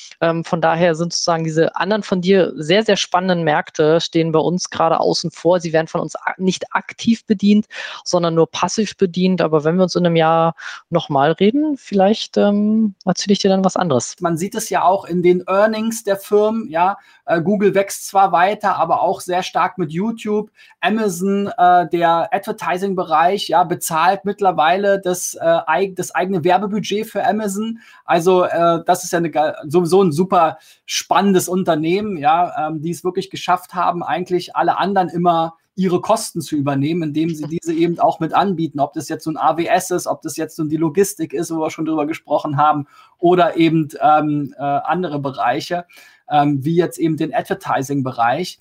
Von daher sind sozusagen diese anderen von dir sehr, sehr spannenden Märkte stehen bei uns gerade außen vor. Sie werden von uns nicht aktiv bedient, sondern nur passiv bedient. Aber wenn wir uns in einem Jahr nochmal reden, vielleicht erzähle ich dir dann was anderes. Man sieht es ja auch in den Earnings der Firmen. Ja, Google wächst zwar weiter, aber auch sehr stark mit YouTube. Amazon, der Advertising-Bereich, ja, bezahlt mittlerweile das eigene Werbebudget für Amazon. Also das ist ja sowieso ein super spannendes Unternehmen, ja, die es wirklich geschafft haben, eigentlich alle anderen immer ihre Kosten zu übernehmen, indem sie diese eben auch mit anbieten. Ob das jetzt so ein AWS ist, ob das jetzt so die Logistik ist, wo wir schon drüber gesprochen haben, oder eben andere Bereiche, wie jetzt eben den Advertising-Bereich.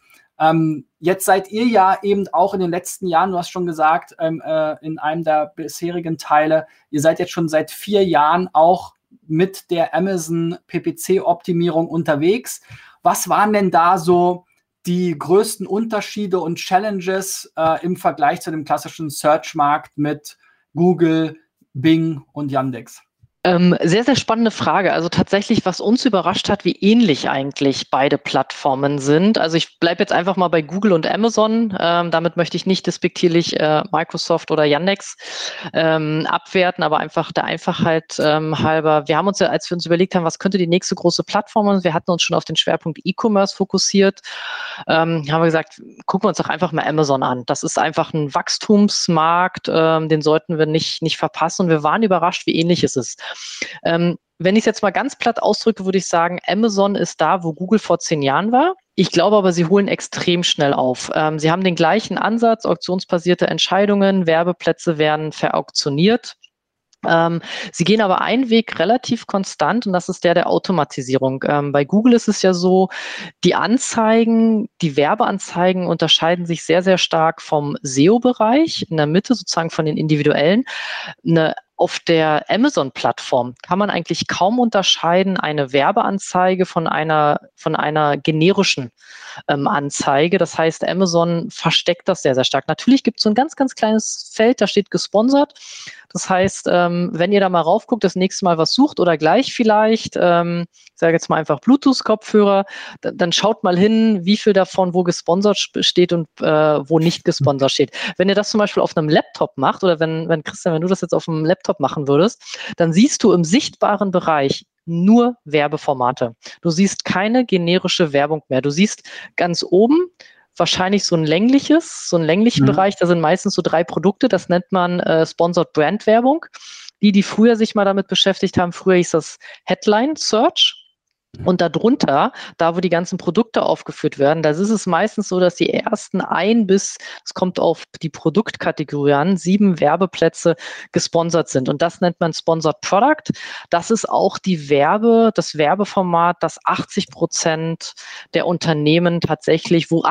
Jetzt seid ihr ja eben auch in den letzten Jahren, du hast schon gesagt, in einem der bisherigen Teile, ihr seid jetzt schon seit 4 Jahren auch mit der Amazon PPC-Optimierung unterwegs. Was waren denn da so die größten Unterschiede und Challenges im Vergleich zu dem klassischen Search-Markt mit Google, Bing und Yandex? Sehr, sehr spannende Frage. Also tatsächlich, was uns überrascht hat, wie ähnlich eigentlich beide Plattformen sind. Also ich bleibe jetzt einfach mal bei Google und Amazon. Damit möchte ich nicht despektierlich Microsoft oder Yandex abwerten, aber einfach der Einfachheit halber. Wir haben uns ja, als wir uns überlegt haben, was könnte die nächste große Plattform sein, wir hatten uns schon auf den Schwerpunkt E-Commerce fokussiert, haben wir gesagt, gucken wir uns doch einfach mal Amazon an. Das ist einfach ein Wachstumsmarkt, den sollten wir nicht verpassen. Und wir waren überrascht, wie ähnlich es ist. Wenn ich es jetzt mal ganz platt ausdrücke, würde ich sagen, Amazon ist da, wo Google vor 10 Jahren war. Ich glaube aber, sie holen extrem schnell auf. Sie haben den gleichen Ansatz, auktionsbasierte Entscheidungen, Werbeplätze werden verauktioniert. Sie gehen aber einen Weg relativ konstant und das ist der Automatisierung. Bei Google ist es ja so, die Anzeigen, die Werbeanzeigen unterscheiden sich sehr, sehr stark vom SEO-Bereich, in der Mitte sozusagen von den individuellen. Auf der Amazon-Plattform kann man eigentlich kaum unterscheiden eine Werbeanzeige von einer generischen Anzeige. Das heißt, Amazon versteckt das sehr, sehr stark. Natürlich gibt es so ein ganz, ganz kleines Feld, da steht gesponsert. Das heißt, wenn ihr da mal raufguckt, das nächste Mal was sucht oder gleich vielleicht, ich sage jetzt mal einfach Bluetooth-Kopfhörer, dann schaut mal hin, wie viel davon wo gesponsert steht und wo nicht gesponsert steht. Wenn ihr das zum Beispiel auf einem Laptop macht oder wenn Christian, wenn du das jetzt auf einem Laptop machen würdest, dann siehst du im sichtbaren Bereich nur Werbeformate. Du siehst keine generische Werbung mehr. Du siehst ganz oben wahrscheinlich so einen länglichen Bereich, da sind meistens so 3 Produkte, das nennt man Sponsored Brand Werbung. Die früher sich mal damit beschäftigt haben, früher hieß das Headline Search. Und darunter, da wo die ganzen Produkte aufgeführt werden, da ist es meistens so, dass die ersten es kommt auf die Produktkategorie an, 7 Werbeplätze gesponsert sind. Und das nennt man Sponsored Product. Das ist auch das Werbeformat, das 80% der Unternehmen tatsächlich, wo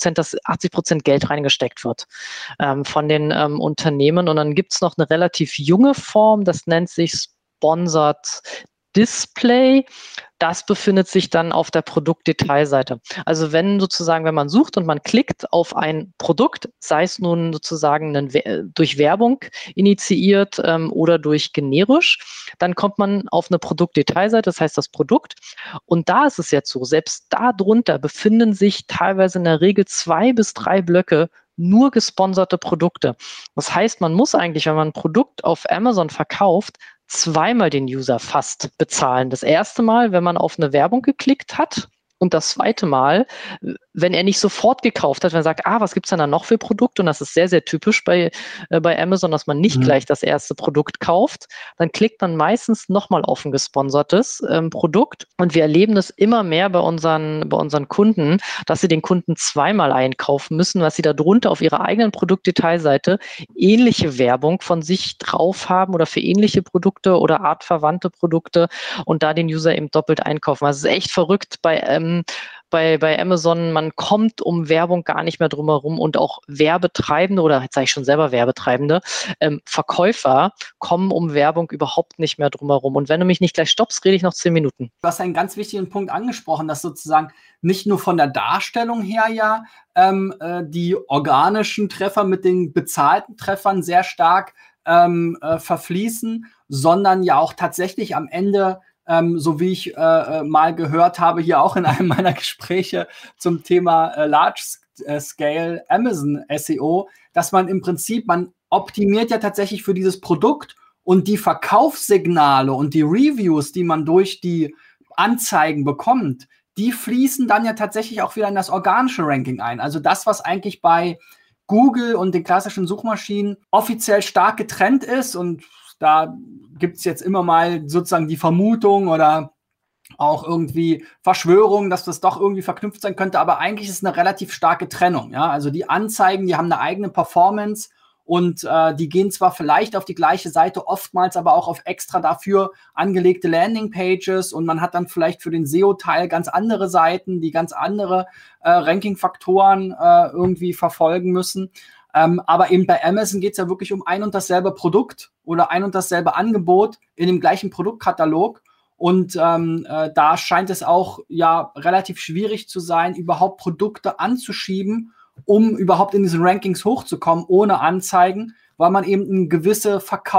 80% Geld reingesteckt wird von den Unternehmen. Und dann gibt es noch eine relativ junge Form, das nennt sich Sponsored Display. Das befindet sich dann auf der Produktdetailseite. Also wenn man sucht und man klickt auf ein Produkt, sei es nun sozusagen durch Werbung initiiert oder durch generisch, dann kommt man auf eine Produktdetailseite, das heißt das Produkt. Und da ist es jetzt so, selbst da drunter befinden sich teilweise in der Regel 2 bis 3 Blöcke nur gesponserte Produkte. Das heißt, man muss eigentlich, wenn man ein Produkt auf Amazon verkauft, zweimal den User fast bezahlen. Das erste Mal, wenn man auf eine Werbung geklickt hat und das zweite Mal, wenn er nicht sofort gekauft hat, wenn er sagt, was gibt es denn da noch für Produkte? Und das ist sehr, sehr typisch bei Amazon, dass man nicht gleich das erste Produkt kauft. Dann klickt man meistens nochmal auf ein gesponsertes Produkt. Und wir erleben das immer mehr bei unseren Kunden, dass sie den Kunden zweimal einkaufen müssen, was sie da drunter auf ihrer eigenen Produktdetailseite ähnliche Werbung von sich drauf haben oder für ähnliche Produkte oder artverwandte Produkte und da den User eben doppelt einkaufen. Also es ist echt verrückt bei Amazon, man kommt um Werbung gar nicht mehr drum herum und auch Werbetreibende oder jetzt sage ich schon selber Werbetreibende, Verkäufer kommen um Werbung überhaupt nicht mehr drum herum. Und wenn du mich nicht gleich stoppst, rede ich noch 10 Minuten. Du hast einen ganz wichtigen Punkt angesprochen, dass sozusagen nicht nur von der Darstellung her die organischen Treffer mit den bezahlten Treffern sehr stark verfließen, sondern ja auch tatsächlich am Ende so wie ich mal gehört habe, hier auch in einem meiner Gespräche zum Thema Large-Scale Amazon SEO, dass man im Prinzip, man optimiert ja tatsächlich für dieses Produkt und die Verkaufssignale und die Reviews, die man durch die Anzeigen bekommt, die fließen dann ja tatsächlich auch wieder in das organische Ranking ein. Also das, was eigentlich bei Google und den klassischen Suchmaschinen offiziell stark getrennt ist, und da gibt es jetzt immer mal sozusagen die Vermutung oder auch irgendwie Verschwörung, dass das doch irgendwie verknüpft sein könnte, aber eigentlich ist es eine relativ starke Trennung. Ja? Also die Anzeigen, die haben eine eigene Performance und die gehen zwar vielleicht auf die gleiche Seite, oftmals aber auch auf extra dafür angelegte Landingpages und man hat dann vielleicht für den SEO-Teil ganz andere Seiten, die ganz andere Ranking-Faktoren irgendwie verfolgen müssen. Aber eben bei Amazon geht es ja wirklich um ein und dasselbe Produkt oder ein und dasselbe Angebot in dem gleichen Produktkatalog. Und da scheint es auch ja relativ schwierig zu sein, überhaupt Produkte anzuschieben, um überhaupt in diesen Rankings hochzukommen, ohne Anzeigen, weil man eben einen gewissen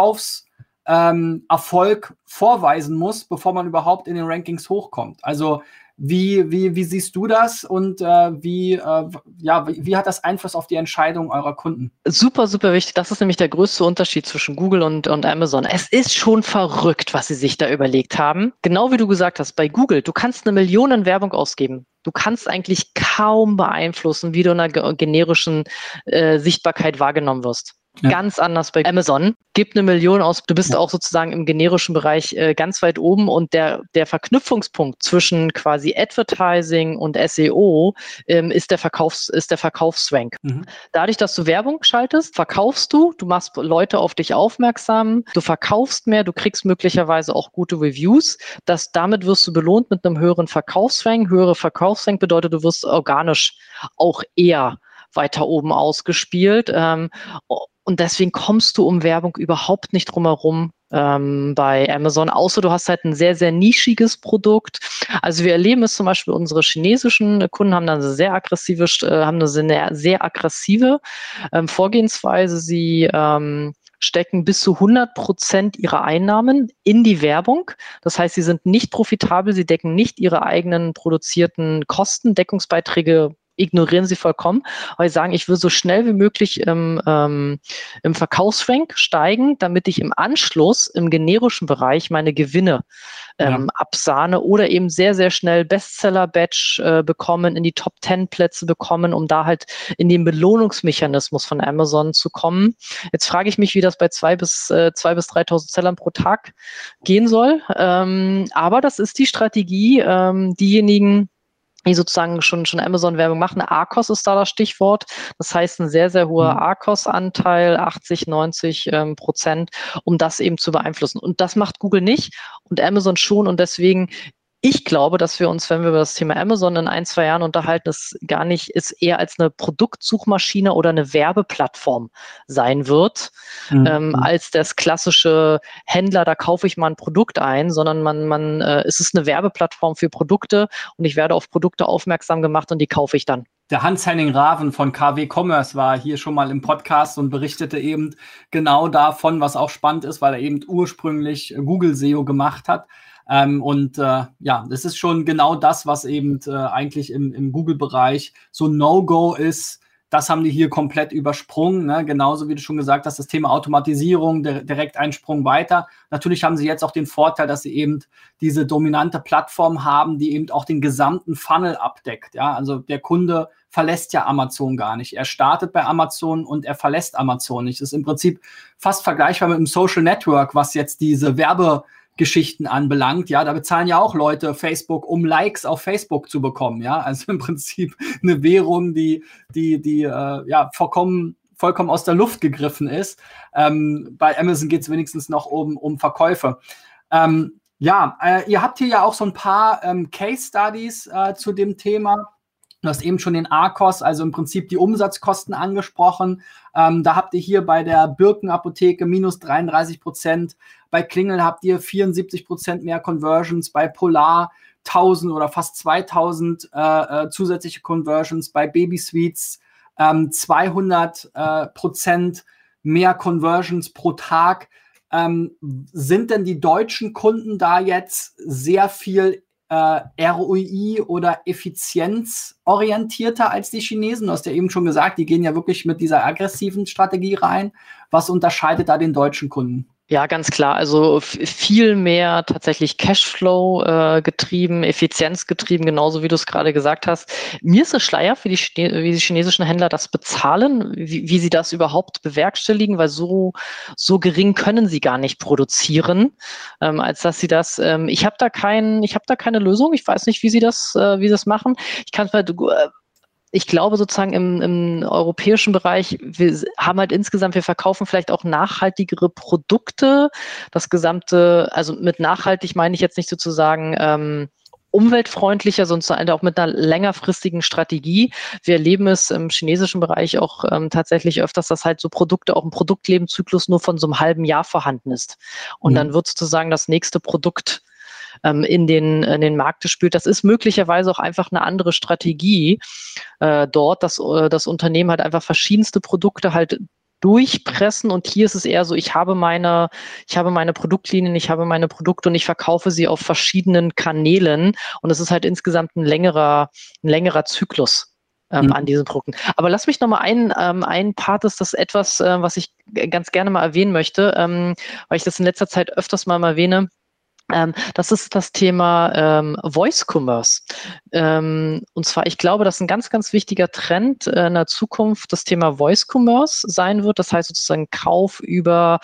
Verkaufserfolg vorweisen muss, bevor man überhaupt in den Rankings hochkommt. Also wie siehst du das und wie hat das Einfluss auf die Entscheidung eurer Kunden? Super, super wichtig. Das ist nämlich der größte Unterschied zwischen Google und Amazon. Es ist schon verrückt, was sie sich da überlegt haben. Genau wie du gesagt hast, bei Google, du kannst 1 Million Werbung ausgeben. Du kannst eigentlich kaum beeinflussen, wie du in einer generischen Sichtbarkeit wahrgenommen wirst. Ganz anders bei Amazon. Gib 1 Million aus, du bist auch sozusagen im generischen Bereich ganz weit oben und der Verknüpfungspunkt zwischen quasi Advertising und SEO ist der Verkaufsrank. Dadurch, dass du Werbung schaltest, verkaufst du machst Leute auf dich aufmerksam, du verkaufst mehr, du kriegst möglicherweise auch gute Reviews. Damit wirst du belohnt mit einem höheren Verkaufsrank. Höhere Verkaufsrank bedeutet, du wirst organisch auch eher weiter oben ausgespielt. Und deswegen kommst du um Werbung überhaupt nicht drum herum bei Amazon, außer du hast halt ein sehr, sehr nischiges Produkt. Also wir erleben es zum Beispiel, unsere chinesischen Kunden haben dann eine sehr aggressive Vorgehensweise. Sie stecken bis zu 100% ihrer Einnahmen in die Werbung. Das heißt, sie sind nicht profitabel, sie decken nicht ihre eigenen produzierten Kosten, Deckungsbeiträge ignorieren sie vollkommen, weil sie sagen, ich will so schnell wie möglich im Verkaufsrank steigen, damit ich im Anschluss im generischen Bereich meine Gewinne absahne oder eben sehr, sehr schnell Bestseller-Badge bekommen, in die Top-10-Plätze bekommen, um da halt in den Belohnungsmechanismus von Amazon zu kommen. Jetzt frage ich mich, wie das bei 2.000 bis 3.000 Sellern pro Tag gehen soll. Aber das ist die Strategie, diejenigen, die sozusagen schon Amazon-Werbung machen. ARKOS ist da das Stichwort. Das heißt, ein sehr, sehr hoher ARKOS-Anteil, 80-90%, um das eben zu beeinflussen. Und das macht Google nicht und Amazon schon. Und deswegen, ich glaube, dass wir uns, wenn wir über das Thema Amazon in 1-2 Jahren unterhalten, es gar nicht ist eher als eine Produktsuchmaschine oder eine Werbeplattform sein wird, als das klassische Händler, da kaufe ich mal ein Produkt ein, sondern es ist eine Werbeplattform für Produkte und ich werde auf Produkte aufmerksam gemacht und die kaufe ich dann. Der Hans-Henning Raven von KW Commerce war hier schon mal im Podcast und berichtete eben genau davon, was auch spannend ist, weil er eben ursprünglich Google SEO gemacht hat. Das ist schon genau das, was eben eigentlich im Google-Bereich so No-Go ist. Das haben die hier komplett übersprungen, ne? Genauso wie du schon gesagt hast, das Thema Automatisierung, direkt ein Sprung weiter. Natürlich haben sie jetzt auch den Vorteil, dass sie eben diese dominante Plattform haben, die eben auch den gesamten Funnel abdeckt. Ja? Also der Kunde verlässt ja Amazon gar nicht. Er startet bei Amazon und er verlässt Amazon nicht. Das ist im Prinzip fast vergleichbar mit einem Social Network, was jetzt diese Werbegeschichten anbelangt, ja, da bezahlen ja auch Leute Facebook, um Likes auf Facebook zu bekommen, ja, also im Prinzip eine Währung, die vollkommen aus der Luft gegriffen ist. Bei Amazon geht es wenigstens noch um Verkäufe. Ihr habt hier ja auch so ein paar Case Studies zu dem Thema. Du hast eben schon den ARKOS, also im Prinzip die Umsatzkosten angesprochen. Da habt ihr hier bei der Birken-Apotheke minus 33%. Bei Klingel habt ihr 74% mehr Conversions. Bei Polar 1000 oder fast 2000 zusätzliche Conversions. Bei Baby Sweets 200% mehr Conversions pro Tag. Sind denn die deutschen Kunden da jetzt sehr viel ROI oder effizienzorientierter als die Chinesen? Du hast ja eben schon gesagt, die gehen ja wirklich mit dieser aggressiven Strategie rein. Was unterscheidet da den deutschen Kunden? Ja, ganz klar. Also viel mehr tatsächlich Cashflow getrieben, Effizienz getrieben, genauso wie du es gerade gesagt hast. Mir ist es Schleier, wie die chinesischen Händler das bezahlen, wie sie das überhaupt bewerkstelligen, weil so gering können sie gar nicht produzieren, als dass sie das. Ich habe da keine Lösung. Ich weiß nicht, wie sie das machen. Ich glaube sozusagen im europäischen Bereich, wir verkaufen vielleicht auch nachhaltigere Produkte. Das gesamte, also mit nachhaltig meine ich jetzt nicht sozusagen umweltfreundlicher, sondern auch mit einer längerfristigen Strategie. Wir erleben es im chinesischen Bereich auch tatsächlich öfters, dass halt so Produkte, auch ein Produktlebenszyklus nur von so einem halben Jahr vorhanden ist. Und dann wird sozusagen das nächste Produkt in den Markt gespült. Das ist möglicherweise auch einfach eine andere Strategie dort, dass das Unternehmen halt einfach verschiedenste Produkte halt durchpressen und hier ist es eher so, ich habe meine Produktlinien, ich habe meine Produkte und ich verkaufe sie auf verschiedenen Kanälen und es ist halt insgesamt ein längerer Zyklus an diesen Produkten. Aber lass mich nochmal ein Part ist das etwas, was ich ganz gerne mal erwähnen möchte, weil ich das in letzter Zeit öfters mal erwähne. Das ist das Thema Voice Commerce. Und zwar, ich glaube, dass ein ganz, ganz wichtiger Trend in der Zukunft das Thema Voice Commerce sein wird. Das heißt sozusagen Kauf über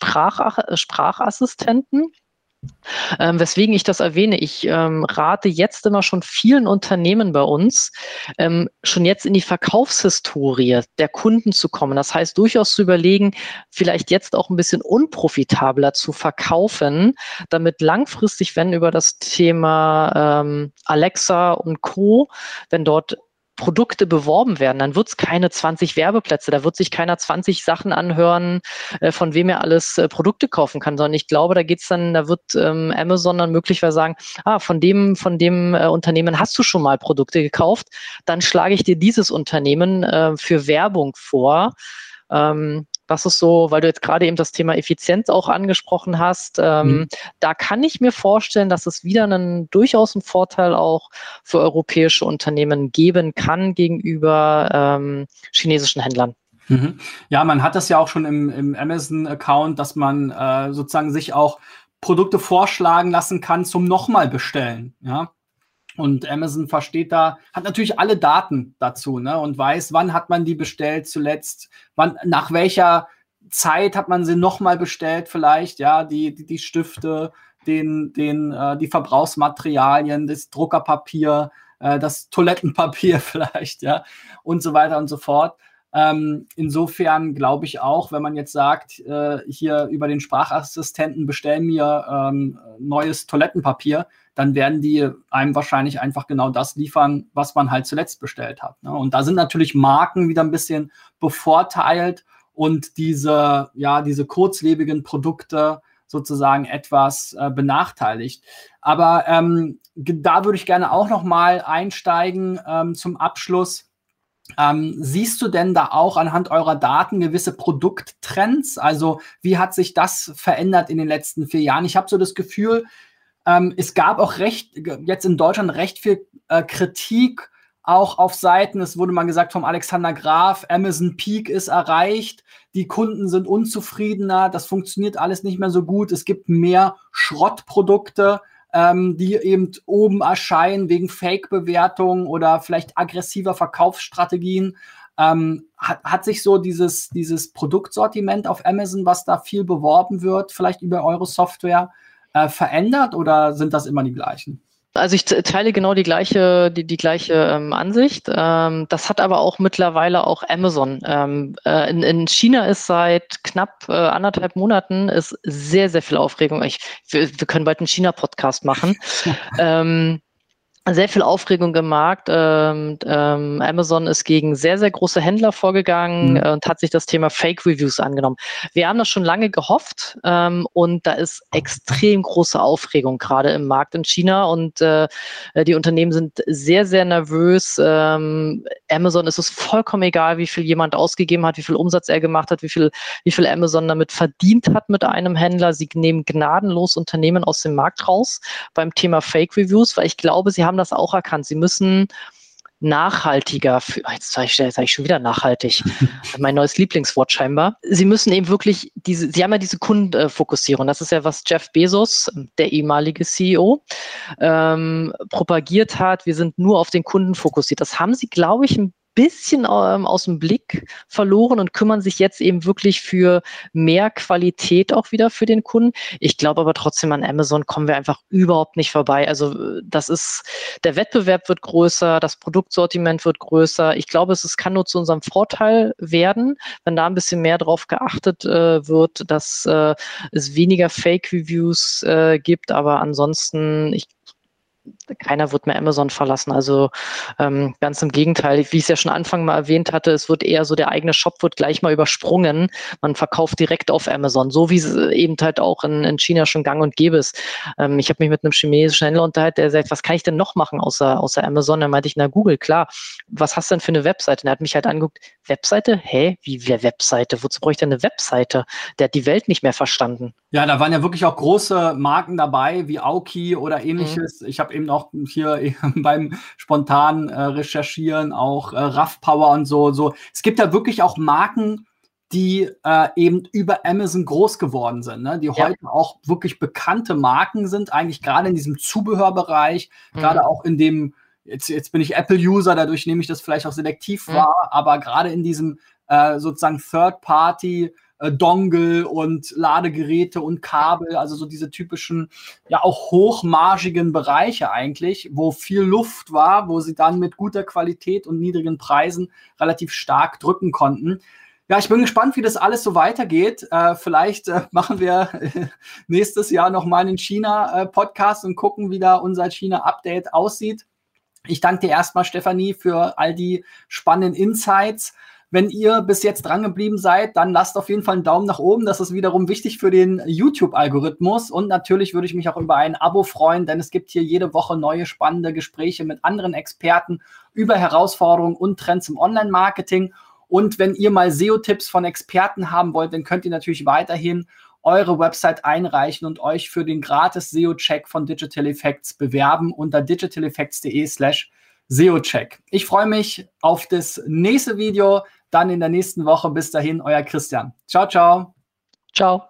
Sprachassistenten. Weswegen ich das erwähne, ich rate jetzt immer schon vielen Unternehmen bei uns, schon jetzt in die Verkaufshistorie der Kunden zu kommen. Das heißt, durchaus zu überlegen, vielleicht jetzt auch ein bisschen unprofitabler zu verkaufen, damit langfristig, wenn über das Thema Alexa und Co., wenn dort Produkte beworben werden, dann wird es keine 20 Werbeplätze, da wird sich keiner 20 Sachen anhören, von wem er alles Produkte kaufen kann, sondern ich glaube, da wird Amazon dann möglicherweise sagen, von dem Unternehmen hast du schon mal Produkte gekauft, dann schlage ich dir dieses Unternehmen für Werbung vor. Das ist so, weil du jetzt gerade eben das Thema Effizienz auch angesprochen hast. Da kann ich mir vorstellen, dass es wieder durchaus einen Vorteil auch für europäische Unternehmen geben kann gegenüber chinesischen Händlern. Ja, man hat das ja auch schon im Amazon-Account, dass man sozusagen sich auch Produkte vorschlagen lassen kann zum nochmal bestellen. Ja. Und Amazon hat natürlich alle Daten dazu, ne, und weiß, wann hat man die bestellt zuletzt, nach welcher Zeit hat man sie nochmal bestellt vielleicht, ja, die Stifte, die Verbrauchsmaterialien, das Druckerpapier, das Toilettenpapier vielleicht, ja, und so weiter und so fort. Insofern glaube ich auch, wenn man jetzt sagt, hier über den Sprachassistenten bestell mir neues Toilettenpapier, dann werden die einem wahrscheinlich einfach genau das liefern, was man halt zuletzt bestellt hat. Ne? Und da sind natürlich Marken wieder ein bisschen bevorteilt und diese kurzlebigen Produkte sozusagen etwas benachteiligt. Aber da würde ich gerne auch noch mal einsteigen zum Abschluss. Siehst du denn da auch anhand eurer Daten gewisse Produkttrends? Also wie hat sich das verändert in den letzten 4 Jahren? Ich habe so das Gefühl, es gab auch jetzt in Deutschland recht viel Kritik, auch auf Seiten, es wurde mal gesagt vom Alexander Graf, Amazon Peak ist erreicht, die Kunden sind unzufriedener, das funktioniert alles nicht mehr so gut, es gibt mehr Schrottprodukte, die eben oben erscheinen wegen Fake-Bewertungen oder vielleicht aggressiver Verkaufsstrategien. Hat sich so dieses Produktsortiment auf Amazon, was da viel beworben wird, vielleicht über eure Software, verändert oder sind das immer die gleichen? Also ich teile genau die gleiche Ansicht. Das hat aber auch mittlerweile auch Amazon. In China ist seit knapp 1,5 Monaten ist sehr, sehr viel Aufregung. Wir können bald einen China-Podcast machen. Sehr viel Aufregung im Markt. Amazon ist gegen sehr, sehr große Händler vorgegangen und hat sich das Thema Fake Reviews angenommen. Wir haben das schon lange gehofft und da ist extrem große Aufregung gerade im Markt in China und die Unternehmen sind sehr, sehr nervös. Amazon ist es vollkommen egal, wie viel jemand ausgegeben hat, wie viel Umsatz er gemacht hat, wie viel Amazon damit verdient hat mit einem Händler. Sie nehmen gnadenlos Unternehmen aus dem Markt raus beim Thema Fake Reviews, weil ich glaube, sie haben das auch erkannt. Sie müssen nachhaltiger, jetzt sage ich schon wieder nachhaltig, mein neues Lieblingswort scheinbar. Sie müssen eben wirklich sie haben ja diese Kundenfokussierung. Das ist ja, was Jeff Bezos, der ehemalige CEO, propagiert hat. Wir sind nur auf den Kunden fokussiert. Das haben sie, glaube ich, ein bisschen aus dem Blick verloren und kümmern sich jetzt eben wirklich für mehr Qualität auch wieder für den Kunden. Ich glaube aber trotzdem, an Amazon kommen wir einfach überhaupt nicht vorbei. Also der Wettbewerb wird größer, das Produktsortiment wird größer. Ich glaube, es kann nur zu unserem Vorteil werden, wenn da ein bisschen mehr drauf geachtet wird, dass es weniger Fake-Reviews gibt. Aber ansonsten, keiner wird mehr Amazon verlassen. Also ganz im Gegenteil, wie ich es ja schon Anfang mal erwähnt hatte, es wird eher so, der eigene Shop wird gleich mal übersprungen. Man verkauft direkt auf Amazon, so wie es eben halt auch in China schon gang und gäbe ist. Ich habe mich mit einem chinesischen Händler unterhalten, der sagt, was kann ich denn noch machen außer Amazon? Dann meinte ich, na Google, klar. Was hast du denn für eine Webseite? Und er hat mich halt angeguckt, Webseite? Hä? Wie Webseite? Wozu brauche ich denn eine Webseite? Der hat die Welt nicht mehr verstanden. Ja, da waren ja wirklich auch große Marken dabei, wie Aoki oder ähnliches. Ich habe eben auch hier beim spontanen Recherchieren auch RAV Power und so. Es gibt da wirklich auch Marken, die eben über Amazon groß geworden sind, ne? Die heute auch wirklich bekannte Marken sind, eigentlich gerade in diesem Zubehörbereich, gerade auch in dem, jetzt bin ich Apple-User, dadurch nehme ich das vielleicht auch selektiv wahr, aber gerade in diesem sozusagen Third-Party Dongle und Ladegeräte und Kabel, also so diese typischen, ja auch hochmargigen Bereiche eigentlich, wo viel Luft war, wo sie dann mit guter Qualität und niedrigen Preisen relativ stark drücken konnten. Ja, ich bin gespannt, wie das alles so weitergeht. Vielleicht machen wir nächstes Jahr nochmal einen China-Podcast und gucken, wie da unser China-Update aussieht. Ich danke dir erstmal, Stefanie, für all die spannenden Insights. Wenn ihr bis jetzt dran geblieben seid, dann lasst auf jeden Fall einen Daumen nach oben. Das ist wiederum wichtig für den YouTube-Algorithmus. Und natürlich würde ich mich auch über ein Abo freuen, denn es gibt hier jede Woche neue spannende Gespräche mit anderen Experten über Herausforderungen und Trends im Online-Marketing. Und wenn ihr mal SEO-Tipps von Experten haben wollt, dann könnt ihr natürlich weiterhin eure Website einreichen und euch für den gratis SEO-Check von Digital Effects bewerben unter digitaleffects.de/SEO-Check. Ich freue mich auf das nächste Video, dann in der nächsten Woche. Bis dahin, euer Christian. Ciao, ciao. Ciao.